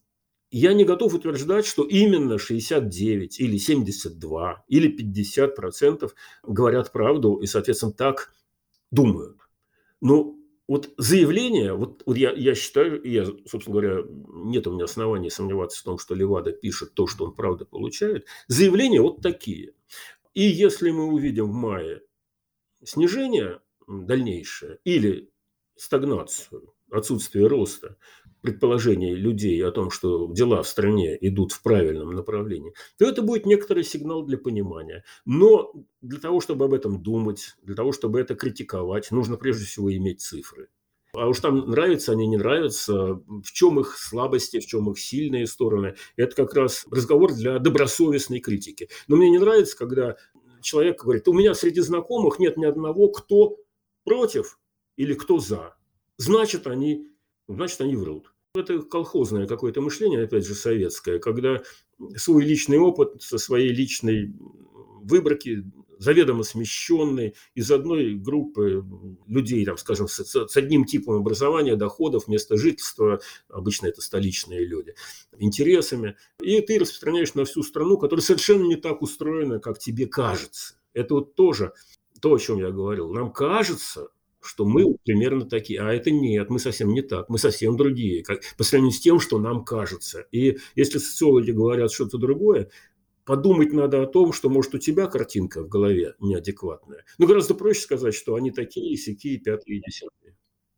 Speaker 3: Я не готов утверждать, что именно шестьдесят девять или семьдесят два или пятьдесят процентов говорят правду и, соответственно, так думают. Но вот заявление, вот, вот я, я считаю, я, собственно говоря, нет у меня оснований сомневаться в том, что Левада пишет то, что он правда получает. Заявления вот такие. И если мы увидим в мае снижение дальнейшее или стагнацию, отсутствие роста, предположений людей о том, что дела в стране идут в правильном направлении, то это будет некоторый сигнал для понимания. Но для того, чтобы об этом думать, для того, чтобы это критиковать, нужно прежде всего иметь цифры. А уж там нравятся они, не нравятся, в чем их слабости, в чем их сильные стороны, это как раз разговор для добросовестной критики. Но мне не нравится, когда человек говорит, у меня среди знакомых нет ни одного, кто против или кто за. Значит, они, значит, они врут. Это колхозное какое-то мышление, опять же, советское, когда свой личный опыт со своей личной выборки, заведомо смещенный из одной группы людей, там, скажем, с, с одним типом образования, доходов, места жительства, обычно это столичные люди, интересами, и ты распространяешь на всю страну, которая совершенно не так устроена, как тебе кажется. Это вот тоже то, о чем я говорил. Нам кажется, что мы примерно такие, а это нет, мы совсем не так, мы совсем другие, как, по сравнению с тем, что нам кажется. И если социологи говорят что-то другое, подумать надо о том, что, может, у тебя картинка в голове неадекватная. Ну, гораздо проще сказать, что они такие, сякие, пятые и десятые.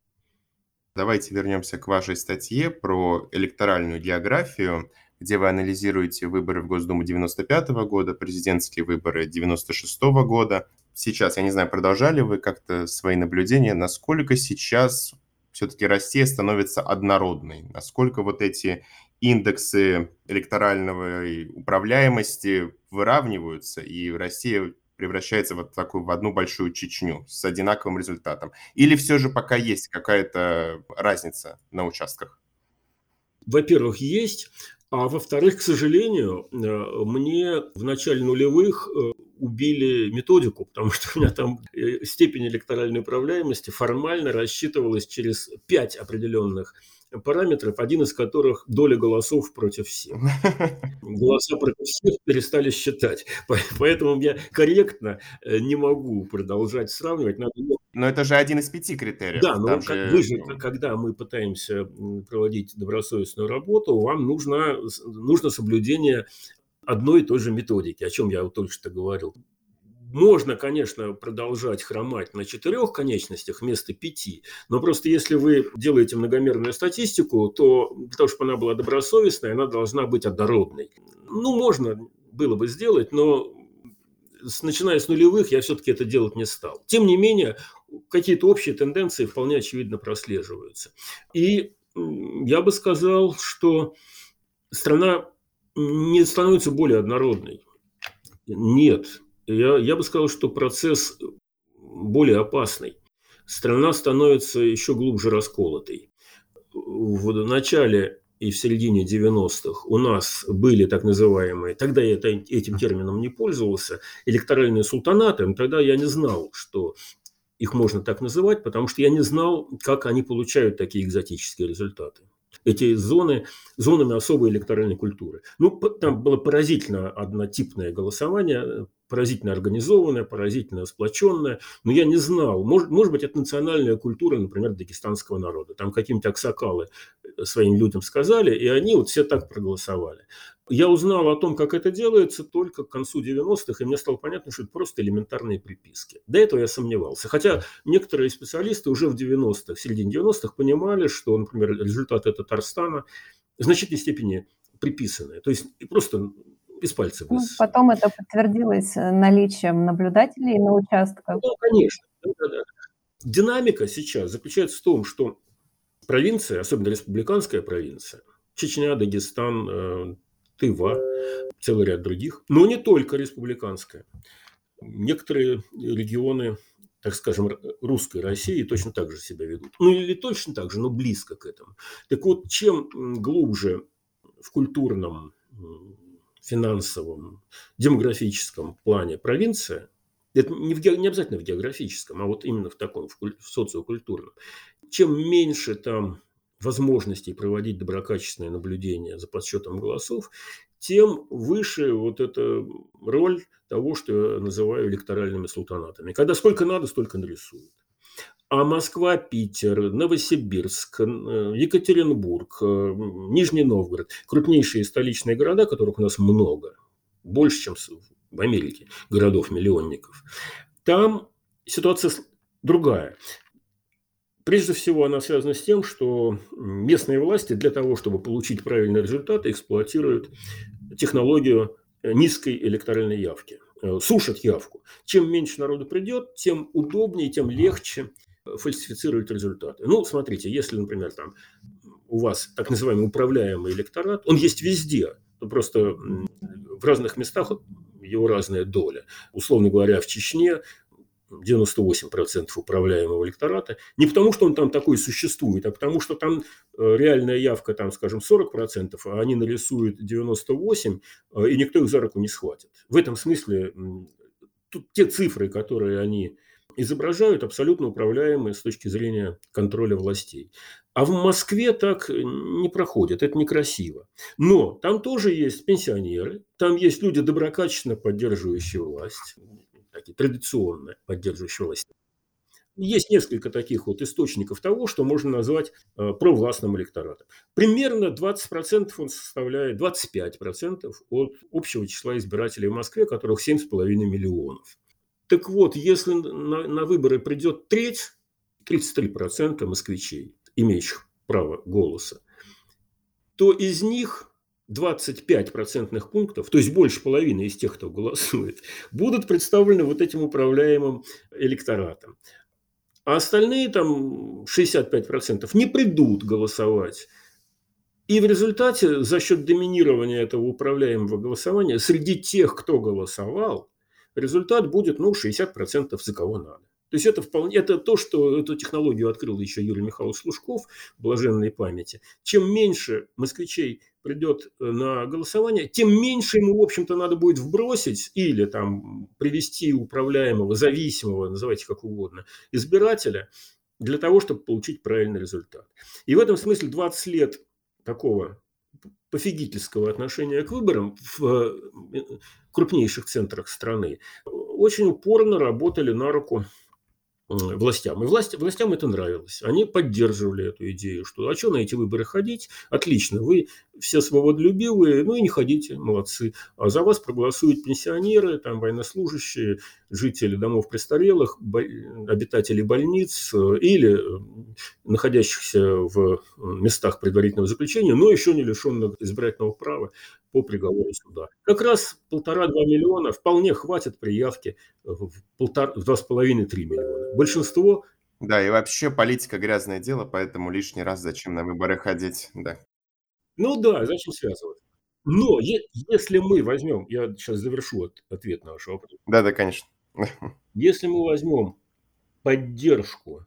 Speaker 2: Давайте вернемся к вашей статье про электоральную географию, где вы анализируете выборы в Госдуму девяносто пятого года, президентские выборы девяносто шестого года. Сейчас, я не знаю, продолжали вы как-то свои наблюдения, насколько сейчас все-таки Россия становится однородной, насколько вот эти индексы электоральной управляемости выравниваются, и Россия превращается вот в такую, в одну большую Чечню с одинаковым результатом? Или все же пока есть какая-то разница на участках?
Speaker 3: Во-первых, есть, а во-вторых, к сожалению, мне в начале нулевых убили методику, потому что у меня там степень электоральной управляемости формально рассчитывалась через пять определенных параметров, один из которых доля голосов против всех. Голоса против всех перестали считать. Поэтому я корректно не могу продолжать сравнивать. Надо...
Speaker 2: Но это же один из пяти критериев.
Speaker 3: Да, но
Speaker 2: же...
Speaker 3: вы же, когда мы пытаемся проводить добросовестную работу, вам нужно, нужно соблюдение одной и той же методики, о чем я вот только что говорил. Можно, конечно, продолжать хромать на четырех конечностях вместо пяти, но просто если вы делаете многомерную статистику, то для того, чтобы она была добросовестной, она должна быть однородной. Ну, можно было бы сделать, но начиная с нулевых я все-таки это делать не стал. Тем не менее, какие-то общие тенденции вполне очевидно прослеживаются. И я бы сказал, что страна не становится более однородной. Нет. Я, я бы сказал, что процесс более опасный. Страна становится еще глубже расколотой. В начале и в середине девяностых у нас были так называемые, тогда я этим термином не пользовался, электоральные султанаты. Но тогда я не знал, что их можно так называть, потому что я не знал, как они получают такие экзотические результаты. Эти зоны, зонами особой электоральной культуры. Ну, там было поразительно однотипное голосование, поразительно организованное, поразительно сплоченное, но я не знал. Может, может быть, это национальная культура, например, дагестанского народа. Там какие-нибудь аксакалы своим людям сказали, и они вот все так проголосовали. Я узнал о том, как это делается, только к концу девяностых, и мне стало понятно, что это просто элементарные приписки. До этого я сомневался. Хотя некоторые специалисты уже в девяностых, в середине девяностых понимали, что, например, результаты Татарстана в значительной степени приписаны. То есть просто из пальца
Speaker 1: Ну,
Speaker 3: высосаны.
Speaker 1: потом это подтвердилось наличием наблюдателей на участках.
Speaker 3: Ну, конечно. Да-да-да. Динамика сейчас заключается в том, что провинция, особенно республиканская провинция, Чечня, Дагестан, Тыва, целый ряд других, но не только республиканская. Некоторые регионы, так скажем, русской России точно так же себя ведут. Ну, или точно так же, но близко к этому. Так вот, чем глубже в культурном, финансовом, демографическом плане провинция, это не, в, не обязательно в географическом, а вот именно в таком, в, в социокультурном, чем меньше там возможностей проводить доброкачественное наблюдение за подсчетом голосов, тем выше вот эта роль того, что я называю электоральными султанатами. Когда сколько надо, столько нарисуют. А Москва, Питер, Новосибирск, Екатеринбург, Нижний Новгород, крупнейшие столичные города, которых у нас много, больше, чем в Америке, городов-миллионников, там ситуация другая. Прежде всего, она связана с тем, что местные власти для того, чтобы получить правильные результаты, эксплуатируют технологию низкой электоральной явки. Сушат явку. Чем меньше народу придет, тем удобнее, тем легче фальсифицировать результаты. Ну, смотрите, если, например, там у вас так называемый управляемый электорат, он есть везде, просто в разных местах его разная доля. Условно говоря, в Чечне девяносто восемь процентов управляемого электората, не потому, что он там такой существует, а потому, что там реальная явка, там, скажем, сорок процентов, а они нарисуют девяносто восемь процентов, и никто их за руку не схватит. В этом смысле тут те цифры, которые они изображают, абсолютно управляемые с точки зрения контроля властей. А в Москве так не проходит, это некрасиво. Но там тоже есть пенсионеры, там есть люди, доброкачественно поддерживающие власть, такие традиционно поддерживающие власть. Есть несколько таких вот источников того, что можно назвать э, провластным электоратом. Примерно двадцать процентов он составляет, двадцать пять процентов от общего числа избирателей в Москве, которых семь с половиной миллионов. Так вот, если на, на выборы придет треть, тридцать три процента москвичей, имеющих право голоса, то из них двадцать пять процентных пунктов, то есть больше половины из тех, кто голосует, будут представлены вот этим управляемым электоратом. А остальные там шестьдесят пять процентов не придут голосовать. И в результате за счет доминирования этого управляемого голосования среди тех, кто голосовал, результат будет ну, шестьдесят процентов за кого надо. То есть это, вполне, это то, что эту технологию открыл еще Юрий Михайлович Лужков, блаженной памяти. Чем меньше москвичей придет на голосование, тем меньше ему, в общем-то, надо будет вбросить или там привести управляемого, зависимого, называйте как угодно, избирателя для того, чтобы получить правильный результат. И в этом смысле двадцать лет такого пофигительского отношения к выборам в крупнейших центрах страны очень упорно работали на руку властям. И власть, властям это нравилось. Они поддерживали эту идею, что а что на эти выборы ходить? Отлично, вы все свободолюбивые, ну и не ходите, молодцы. А за вас проголосуют пенсионеры, там, военнослужащие, жители домов престарелых, обитатели больниц или находящихся в местах предварительного заключения, но еще не лишенных избирательного права по приговору суда. Как раз полтора-два миллиона вполне хватит при явке в, полтора, в два с половиной-три миллиона. Большинство...
Speaker 2: Да, и вообще политика грязное дело, поэтому лишний раз зачем на выборы ходить, да.
Speaker 3: Ну да, зачем связывать? Но е- если мы возьмем, я сейчас завершу от, ответ на ваш вопрос.
Speaker 2: Да-да, конечно.
Speaker 3: Если мы возьмем поддержку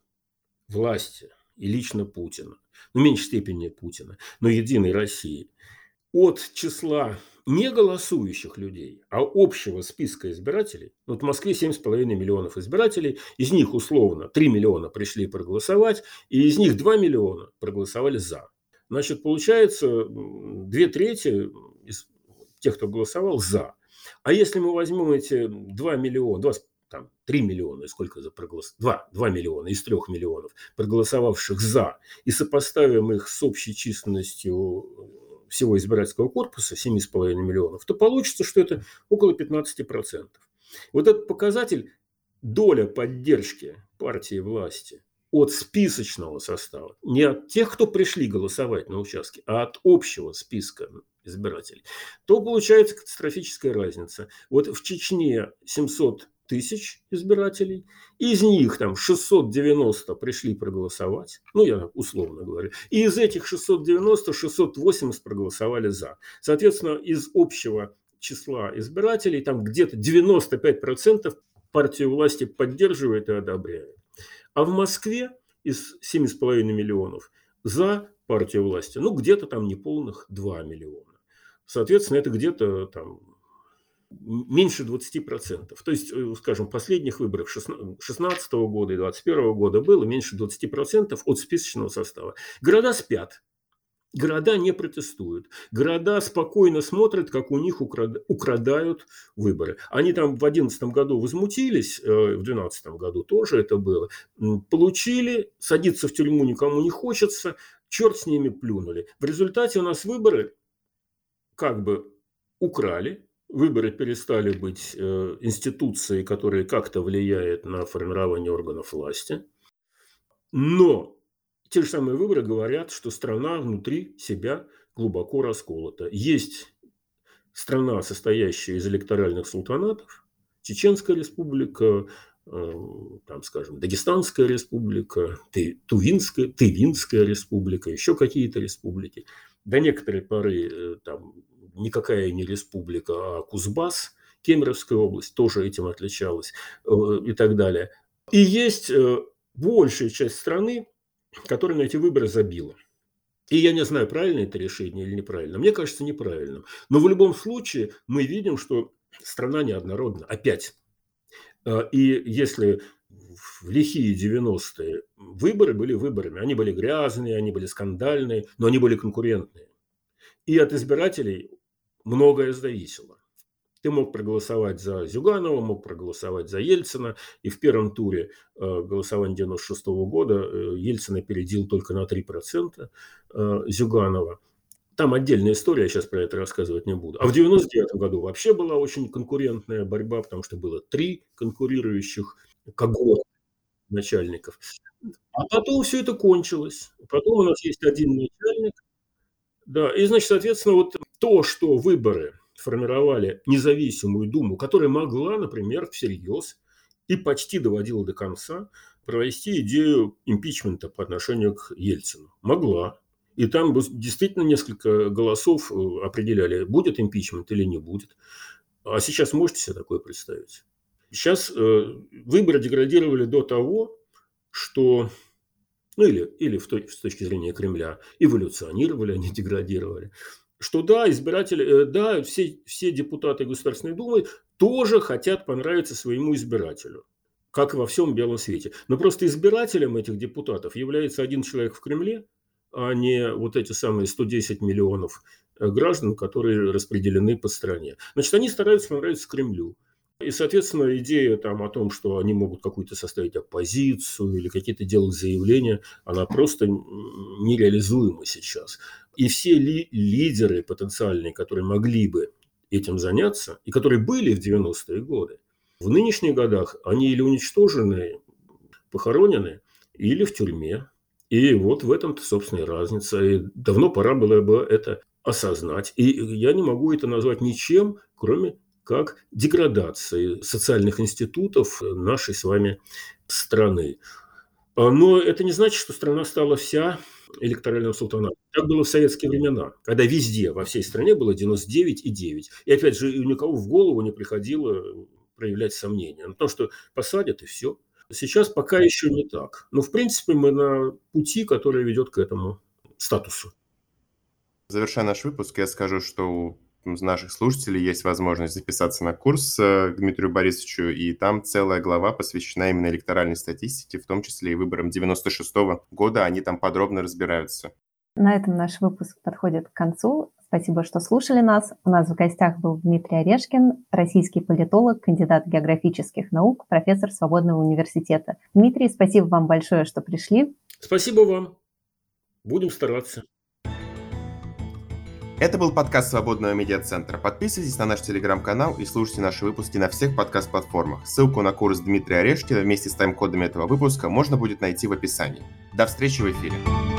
Speaker 3: власти и лично Путина, ну, в меньшей степени Путина, но Единой России, от числа не голосующих людей, а общего списка избирателей, вот в Москве семь с половиной миллионов избирателей, из них условно три миллиона пришли проголосовать, и из них два миллиона проголосовали за. Значит, получается, две трети из тех, кто голосовал, за. А если мы возьмем эти два миллиона, два, там, три миллиона, сколько за проголос... два, два миллиона из трех миллионов проголосовавших за, и сопоставим их с общей численностью всего избирательского корпуса, семь с половиной миллионов, то получится, что это около пятнадцать процентов. Вот этот показатель, доля поддержки партии власти от списочного состава, не от тех, кто пришли голосовать на участке, а от общего списка избирателей, то получается катастрофическая разница. Вот в Чечне семьсот тысяч избирателей, из них там шестьсот девяносто пришли проголосовать, ну я условно говорю, и из этих шестьсот девяносто шестьсот восемьдесят проголосовали за. Соответственно, из общего числа избирателей там где-то девяносто пять процентов партию власти поддерживает и одобряет. А в Москве из семи с половиной миллионов за партию власти, ну где-то там неполных два миллиона. Соответственно, это где-то там меньше двадцати процентов. То есть, скажем, в последних выборах шестнадцатого года и двадцать первого года было меньше двадцати процентов от списочного состава. Города спят. Города не протестуют. Города спокойно смотрят, как у них украд... украдают выборы. Они там в две тысячи одиннадцатом году возмутились, в две тысячи двенадцатом году тоже это было. Получили, садиться в тюрьму никому не хочется, черт с ними, плюнули. В результате у нас выборы как бы украли. Выборы перестали быть э, институцией, которая как-то влияет на формирование органов власти. Но те же самые выборы говорят, что страна внутри себя глубоко расколота. Есть страна, состоящая из электоральных султанатов, Чеченская республика, э, там, скажем, Дагестанская республика, Тувинская, Тывинская республика, еще какие-то республики. До некоторой поры э, там никакая не республика, а Кузбасс, Кемеровская область тоже этим отличалась э, и так далее. И есть э, большая часть страны, которая на эти выборы забила. И я не знаю, правильно это решение или неправильно. Мне кажется, неправильным. Но в любом случае мы видим, что страна неоднородна. Опять. И если в лихие девяностые выборы были выборами, они были грязные, они были скандальные, но они были конкурентные. И от избирателей многое зависело. Ты мог проголосовать за Зюганова, мог проголосовать за Ельцина. И в первом туре э, голосования девяносто шестого года э, Ельцин опередил только на три процента э, Зюганова. Там отдельная история, я сейчас про это рассказывать не буду. А в девяносто девятом году вообще была очень конкурентная борьба, потому что было три конкурирующих когорты начальников. А потом все это кончилось. Потом у нас есть один начальник. Да, и, значит, соответственно, вот то, что выборы формировали независимую Думу, которая могла, например, всерьез и почти доводила до конца провести идею импичмента по отношению к Ельцину. Могла. И там действительно несколько голосов определяли, будет импичмент или не будет. А сейчас можете себе такое представить? Сейчас э, выборы деградировали до того, что, ну или, или в той, с точки зрения Кремля, эволюционировали, они деградировали, что да, избиратели, э, да, все, все депутаты Государственной Думы тоже хотят понравиться своему избирателю, как и во всем белом свете. Но просто избирателем этих депутатов является один человек в Кремле, а не вот эти самые сто десять миллионов граждан, которые распределены по стране. Значит, они стараются понравиться Кремлю. И, соответственно, идея там о том, что они могут какую-то составить оппозицию или какие-то делать заявления, она просто нереализуема сейчас. И все ли, лидеры потенциальные, которые могли бы этим заняться, и которые были в девяностые годы, в нынешних годах они или уничтожены, похоронены, или в тюрьме. И вот в этом-то, собственно, и разница. И давно пора было бы это осознать. И я не могу это назвать ничем, кроме как деградацией социальных институтов нашей с вами страны. Но это не значит, что страна стала вся электоральным султанатом. Так было в советские времена, когда везде, во всей стране было девяносто девять и девять. И опять же, никого в голову не приходило проявлять сомнения. Но то, что посадят, и все. Сейчас пока еще не так. Но, в принципе, мы на пути, который ведет к этому статусу.
Speaker 2: Завершая наш выпуск, я скажу, что у наших слушателей есть возможность записаться на курс к Дмитрию Борисовичу, и там целая глава посвящена именно электоральной статистике, в том числе и выборам девяносто шестого года. Они там подробно разбираются.
Speaker 1: На этом наш выпуск подходит к концу. Спасибо, что слушали нас. У нас в гостях был Дмитрий Орешкин, российский политолог, кандидат географических наук, профессор Свободного университета. Дмитрий, спасибо вам большое, что пришли.
Speaker 3: Спасибо вам. Будем стараться.
Speaker 2: Это был подкаст Свободного медиацентра. Подписывайтесь на наш телеграм-канал и слушайте наши выпуски на всех подкаст-платформах. Ссылку на курс Дмитрия Орешкина вместе с тайм-кодами этого выпуска можно будет найти в описании. До встречи в эфире.